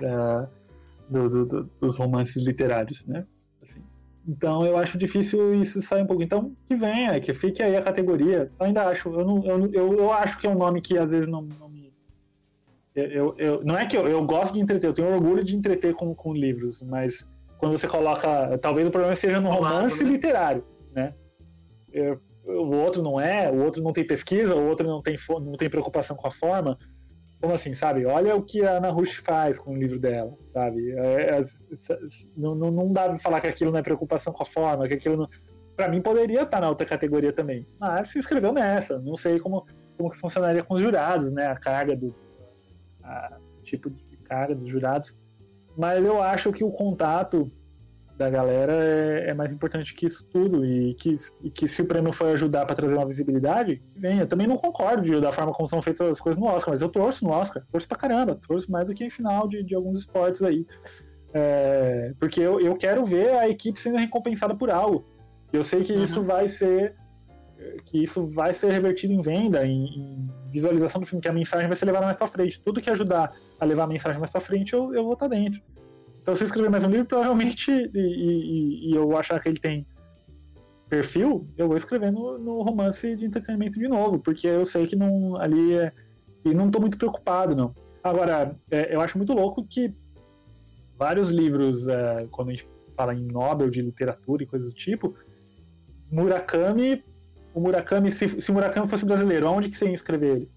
dos romances literários, né? Assim. Então, eu acho difícil isso sair um pouco. Então, que venha, que fique aí a categoria. Eu ainda acho. Eu acho que é um nome que, às vezes, não me... não é que eu gosto de entreter, eu tenho orgulho de entreter com livros, mas quando você coloca... Talvez o problema seja no romance literário, né? O outro não o outro não tem pesquisa, o outro não tem preocupação com a forma. Como assim, sabe? Olha o que a Ana Rush faz com o livro dela, sabe? Não dá pra falar que aquilo não é preocupação com a forma, que aquilo não... Pra mim poderia estar na outra categoria também, mas se inscreveu nessa. Não sei como que funcionaria com os jurados, né? A carga tipo de carga dos jurados. Mas eu acho que o contato da galera é mais importante que isso tudo, e que se o prêmio for ajudar para trazer uma visibilidade, venha. Eu também não concordo da forma como são feitas as coisas no Oscar, mas eu torço no Oscar, torço pra caramba, torço mais do que em final de alguns esportes aí, porque eu quero ver a equipe sendo recompensada por algo. Eu sei que isso vai ser revertido em venda, em visualização do filme, que a mensagem vai ser levada mais pra frente. Tudo que ajudar a levar a mensagem mais pra frente, eu vou estar dentro. Então, se eu escrever mais um livro, provavelmente, e eu achar que ele tem perfil, eu vou escrever no romance de entretenimento de novo, porque eu sei que e não estou muito preocupado, não. Agora, eu acho muito louco que vários livros, quando a gente fala em Nobel de literatura e coisas do tipo, Murakami, se o Murakami fosse brasileiro, aonde que você ia escrever ele?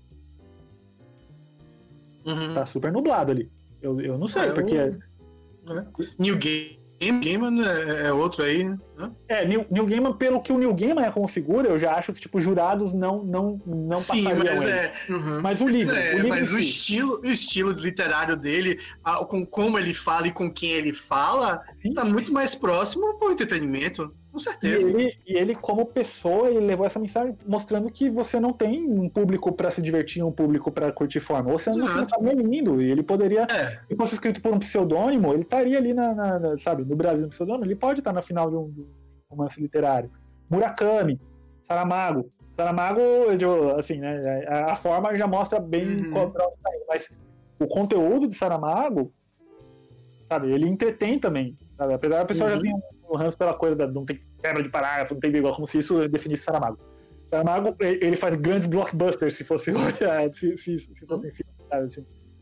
Tá super nublado ali. Eu não sei, porque... Neil Gaiman é outro aí, né? Neil Gaiman, pelo que o Neil Gaiman é como figura, eu já acho que, tipo, jurados não Sim, passariam mas ele. Mas o livro... mas o estilo literário dele, com como ele fala e com quem ele fala, tá muito mais próximo ao entretenimento. Com certeza. E ele, como pessoa, ele levou essa mensagem mostrando que você não tem um público pra se divertir, um público pra curtir forma. Ou você não tá nem lindo. E ele poderia, se fosse escrito por um pseudoônimo, ele estaria ali sabe, no Brasil, um pseudônimo, ele pode estar no final de um romance literário. Murakami, Saramago. Saramago, assim, né, a forma já mostra bem qual pra onde tá indo. Mas o conteúdo de Saramago, sabe, ele entretém também. Sabe? Apesar da pessoa já ter um ranço pela coisa não tem quebra de parágrafo, não tem vírgula, como se isso definisse Saramago. Saramago, ele faz grandes blockbusters, se fosse se fosse em filme, sabe, assim.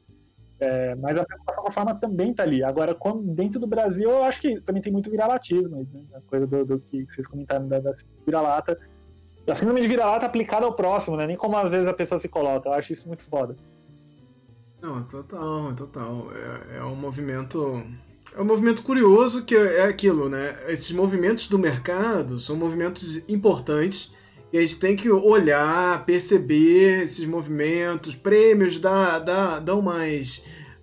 Mas a preocupação com a forma também tá ali. Agora, dentro do Brasil, eu acho que também tem muito viralatismo, né? A coisa do que vocês comentaram da vira-lata. A síndrome de vira-lata aplicada ao próximo, né? Nem como às vezes a pessoa se coloca. Eu acho isso muito foda. Não, total. É um movimento... É um movimento curioso, que é aquilo, né? Esses movimentos do mercado são movimentos importantes e a gente tem que olhar, perceber esses movimentos. Prêmios dão mais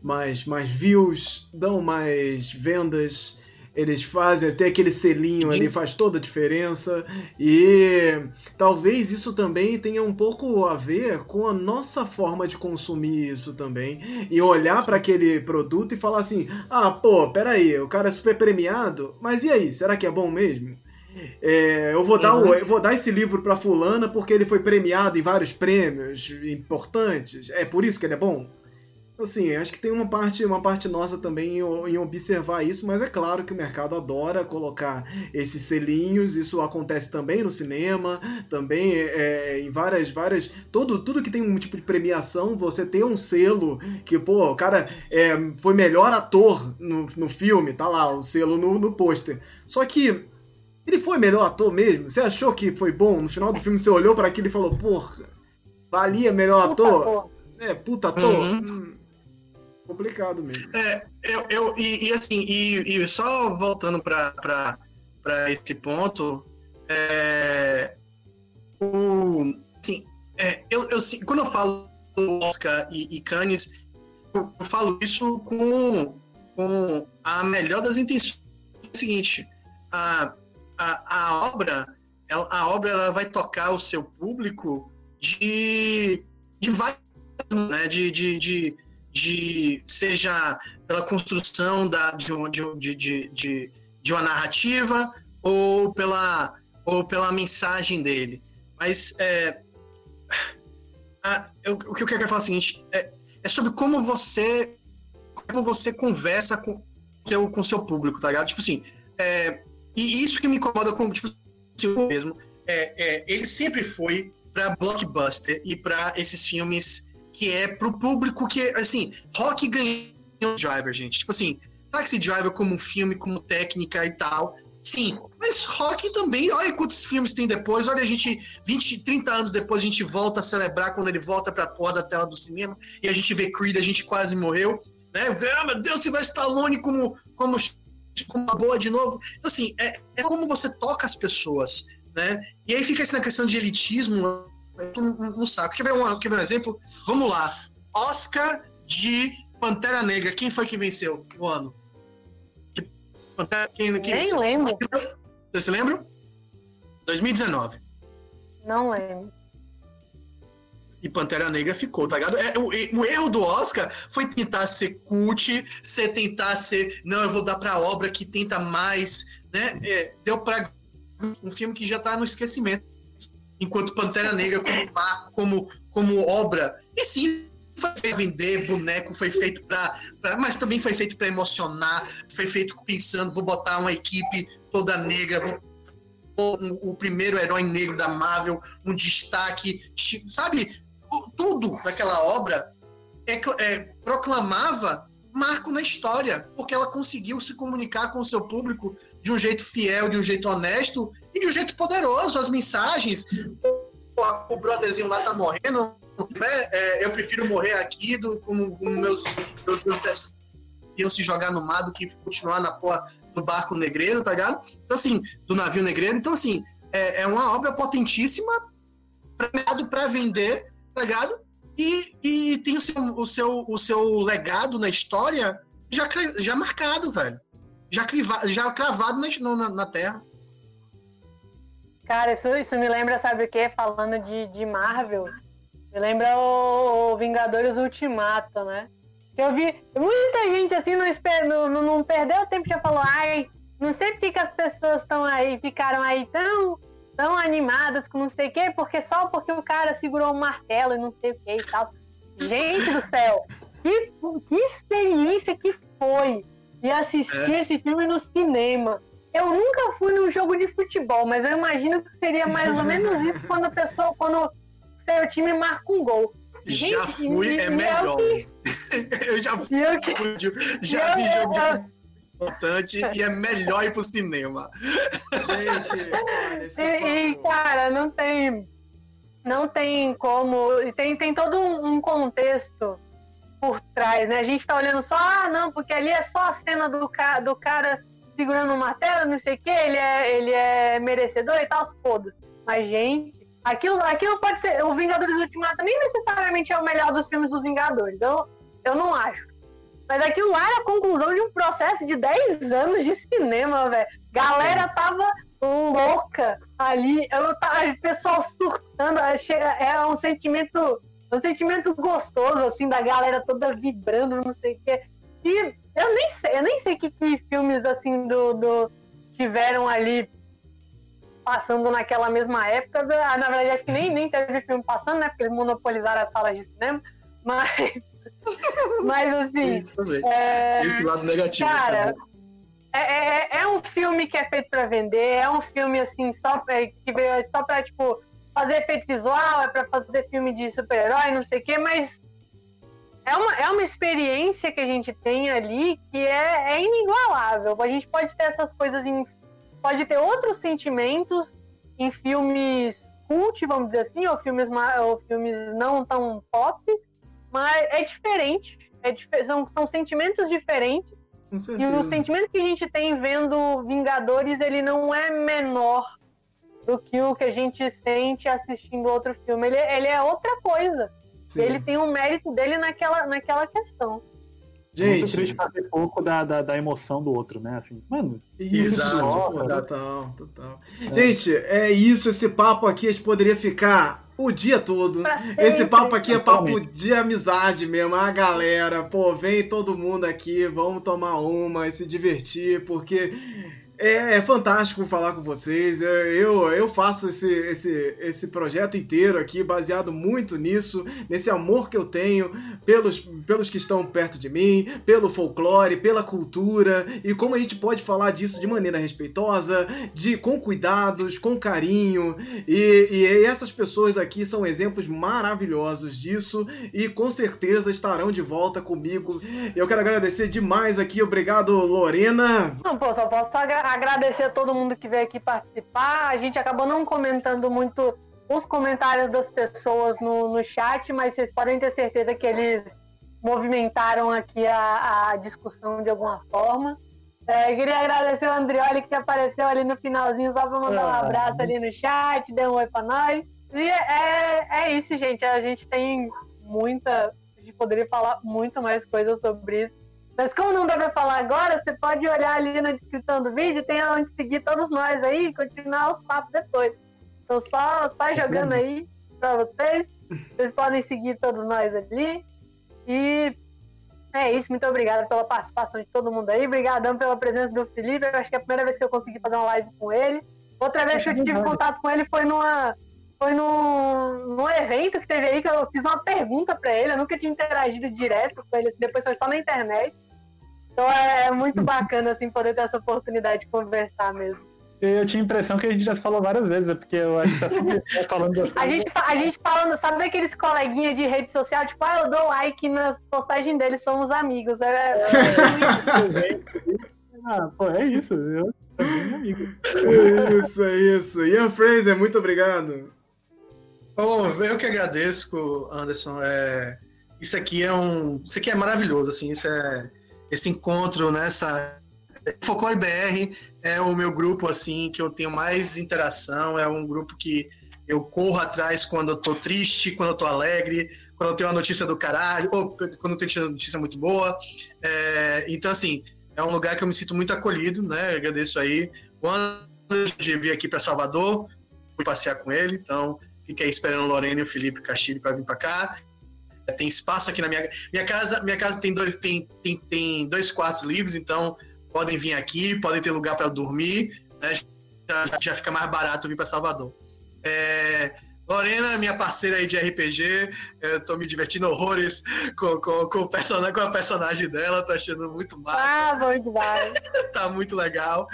views, dão mais vendas. Eles fazem, tem aquele selinho ali, faz toda a diferença. E talvez isso também tenha um pouco a ver com a nossa forma de consumir isso também. E olhar para aquele produto e falar assim, peraí, o cara é super premiado, mas e aí, será que é bom mesmo? Eu vou dar esse livro para fulana porque ele foi premiado em vários prêmios importantes. É por isso que ele é bom? Assim, acho que tem uma parte nossa também em observar isso, mas é claro que o mercado adora colocar esses selinhos, isso acontece também no cinema, também em várias... Tudo que tem um tipo de premiação, você tem um selo que, o cara foi melhor ator no filme, tá lá, o selo no pôster. Só que ele foi melhor ator mesmo? Você achou que foi bom? No final do filme você olhou para aquilo e falou, valia melhor ator? Puta ator? Complicado mesmo. E só voltando para esse ponto, quando eu falo Oscar e Cannes, eu falo isso com a melhor das intenções. É o seguinte, a obra ela vai tocar o seu público de várias, né, seja pela construção de uma narrativa ou pela mensagem dele. Mas o que eu quero falar é o seguinte, é sobre como você conversa com o seu público, tá ligado? Tipo assim, e isso que me incomoda com tipo assim, mesmo, ele sempre foi pra blockbuster e pra esses filmes que é pro público que, assim, Rock ganhou Driver, gente. Tipo assim, Taxi Driver como um filme, como técnica e tal, sim. Mas Rock também, olha quantos filmes tem depois, olha a gente, 20, 30 anos depois, a gente volta a celebrar quando ele volta pra porra da tela do cinema e a gente vê Creed, a gente quase morreu, né? Meu Deus, se vai Stallone como uma boa de novo. Então, assim, é como você toca as pessoas, né? E aí fica essa questão de elitismo, no saco. Quer ver um exemplo? Vamos lá. Oscar de Pantera Negra. Quem foi que venceu o ano? Quem Nem lembro. Você se lembra? 2019. Não lembro. E Pantera Negra ficou, tá ligado? O erro do Oscar foi tentar ser cult, tentar ser... Não, eu vou dar pra obra que tenta mais, né? Deu pra um filme que já tá no esquecimento. Enquanto Pantera Negra como obra, e sim, foi feito para vender boneco, foi feito mas também foi feito para emocionar, foi feito pensando, vou botar uma equipe toda negra, o primeiro herói negro da Marvel, um destaque, sabe? Tudo daquela obra proclamava marco na história, porque ela conseguiu se comunicar com o seu público de um jeito fiel, de um jeito honesto, e de um jeito poderoso, as mensagens, o brotherzinho lá tá morrendo, né? Eu prefiro morrer aqui com meus iam se jogar no mar do que continuar na porra do barco negreiro, tá ligado? Então, assim, do navio negreiro. Então, assim, é uma obra potentíssima, premiado pra vender, tá ligado? E tem o seu legado na história já marcado, velho. Já cravado na terra. Cara, isso me lembra, sabe o quê? Falando de Marvel, me lembra o Vingadores Ultimato, né? Eu vi muita gente assim, não perdeu tempo, já falou, ai, não sei porque que as pessoas ficaram aí tão animadas com não sei o quê, porque o cara segurou um martelo e não sei o quê e tal. Gente do céu, que experiência que foi de assistir esse filme no cinema. Eu nunca fui num jogo de futebol, mas eu imagino que seria mais ou menos isso quando o seu time marca um gol. Gente, já fui, é melhor. Eu já fui, já vi jogo importante e é melhor ir pro cinema. Gente, e cara, não tem como. Tem todo um contexto por trás, né? A gente tá olhando só, porque ali é só a cena do cara segurando uma tela, não sei o que, ele é merecedor e tal, foda-se. Mas, gente, aquilo pode ser. O Vingadores Ultimato nem necessariamente é o melhor dos filmes dos Vingadores. Eu não acho. Mas aquilo lá é a conclusão de um processo de 10 anos de cinema, velho. Galera tava louca ali. O pessoal surtando. É um sentimento gostoso, assim, da galera toda vibrando, não sei o quê. E eu nem sei que filmes, assim, tiveram ali passando naquela mesma época. Na verdade, acho que nem teve filme passando, né? Porque eles monopolizaram as salas de cinema. Mas assim... Isso também. Esse lado negativo. Cara, é um filme que é feito pra vender. É um filme, assim, que veio só pra, tipo, fazer efeito visual, é pra fazer filme de super-herói, não sei o quê, mas é uma experiência que a gente tem ali que é inigualável. A gente pode ter essas coisas pode ter outros sentimentos em filmes cult, vamos dizer assim, ou filmes não tão pop, mas é diferente. São sentimentos diferentes. E o sentimento que a gente tem vendo Vingadores, ele não é menor do que o que a gente sente assistindo outro filme. Ele é outra coisa. Sim. Ele tem um mérito dele naquela questão. Gente, muito triste fazer pouco da emoção do outro, né? Assim, mano. Exato, total. Gente, é isso, esse papo aqui a gente poderia ficar o dia todo. Esse papo aqui é papo de amizade mesmo. A galera, vem todo mundo aqui, vamos tomar uma e se divertir, porque é fantástico falar com vocês. Eu faço esse projeto inteiro aqui baseado muito nisso, nesse amor que eu tenho pelos que estão perto de mim, pelo folclore, pela cultura, e como a gente pode falar disso de maneira respeitosa, com cuidados, com carinho, e essas pessoas aqui são exemplos maravilhosos disso, e com certeza estarão de volta comigo. Eu quero agradecer demais aqui, obrigado, Lorena. Não, só posso agradecer a todo mundo que veio aqui participar. A gente acabou não comentando muito os comentários das pessoas no chat, mas vocês podem ter certeza que eles movimentaram aqui a discussão de alguma forma. Queria agradecer o Andrioli, que apareceu ali no finalzinho só para mandar um abraço ali no chat, deu um oi para nós. E é isso, gente. A gente tem a gente poderia falar muito mais coisas sobre isso. Mas como não dá pra falar agora, você pode olhar ali na descrição do vídeo, tem onde seguir todos nós aí e continuar os papos depois. Então só jogando aí pra vocês. Vocês podem seguir todos nós ali. E é isso, muito obrigado pela participação de todo mundo aí. Obrigadão pela presença do Felipe. Eu acho que é a primeira vez que eu consegui fazer uma live com ele. Outra vez que eu tive contato com ele foi num evento que teve aí, que eu fiz uma pergunta pra ele. Eu nunca tinha interagido direto com ele, assim, depois foi só na internet. Então é muito bacana, assim, poder ter essa oportunidade de conversar mesmo. Eu tinha a impressão que a gente já se falou várias vezes, porque eu acho que tá sempre falando das coisas. A gente falando, sabe aqueles coleguinhas de rede social, tipo, eu dou like nas postagens deles, somos amigos. É isso. É meu amigo. É isso. Ian Fraser, muito obrigado. Eu que agradeço, Anderson. Isso aqui é maravilhoso, assim, esse encontro, né? Folclore BR é o meu grupo, assim, que eu tenho mais interação, é um grupo que eu corro atrás quando eu tô triste, quando eu tô alegre, quando eu tenho uma notícia do caralho, ou quando eu tenho uma notícia muito boa. Então, assim, é um lugar que eu me sinto muito acolhido, né? Eu agradeço aí. Quando eu vir aqui para Salvador, fui passear com ele, então fiquei esperando o Lorena e o Felipe Castilho para vir para cá. Tem espaço aqui na minha casa. Minha casa tem dois quartos livres, então podem vir aqui, podem ter lugar para dormir, né? Já fica mais barato vir para Salvador. Lorena, minha parceira aí de RPG, eu tô me divertindo horrores com a personagem dela, tô achando muito massa. Bom demais. Tá muito legal.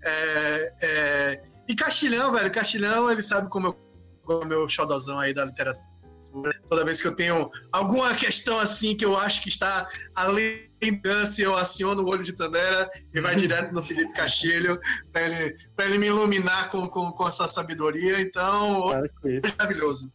E Castilhão, velho, ele sabe como é o meu xodozão aí da literatura. Toda vez que eu tenho alguma questão assim que eu acho que está além da ânsia, eu aciono o olho de Tandera e vai direto no Felipe Castilho para ele me iluminar com a sua sabedoria. Então, hoje é maravilhoso.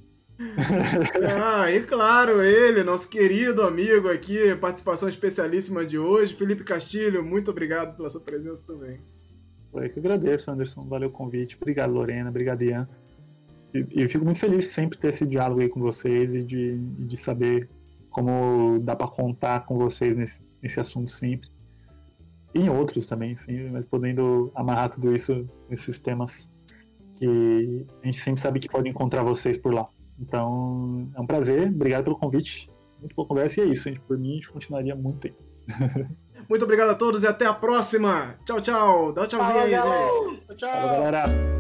E claro, ele, nosso querido amigo aqui, participação especialíssima de hoje, Felipe Castilho, muito obrigado pela sua presença também. Eu que agradeço, Anderson, valeu o convite. Obrigado, Lorena, obrigado, Ian. E eu fico muito feliz de sempre ter esse diálogo aí com vocês e de saber como dá para contar com vocês nesse assunto sempre. E em outros também, sim, mas podendo amarrar tudo isso nesses temas que a gente sempre sabe que pode encontrar vocês por lá. Então, é um prazer, obrigado pelo convite. Muito boa conversa e é isso, gente. Por mim, a gente continuaria muito tempo. Muito obrigado a todos e até a próxima. Tchau, tchau. Dá um tchauzinho aí, gente. Tchau. Falou, galera.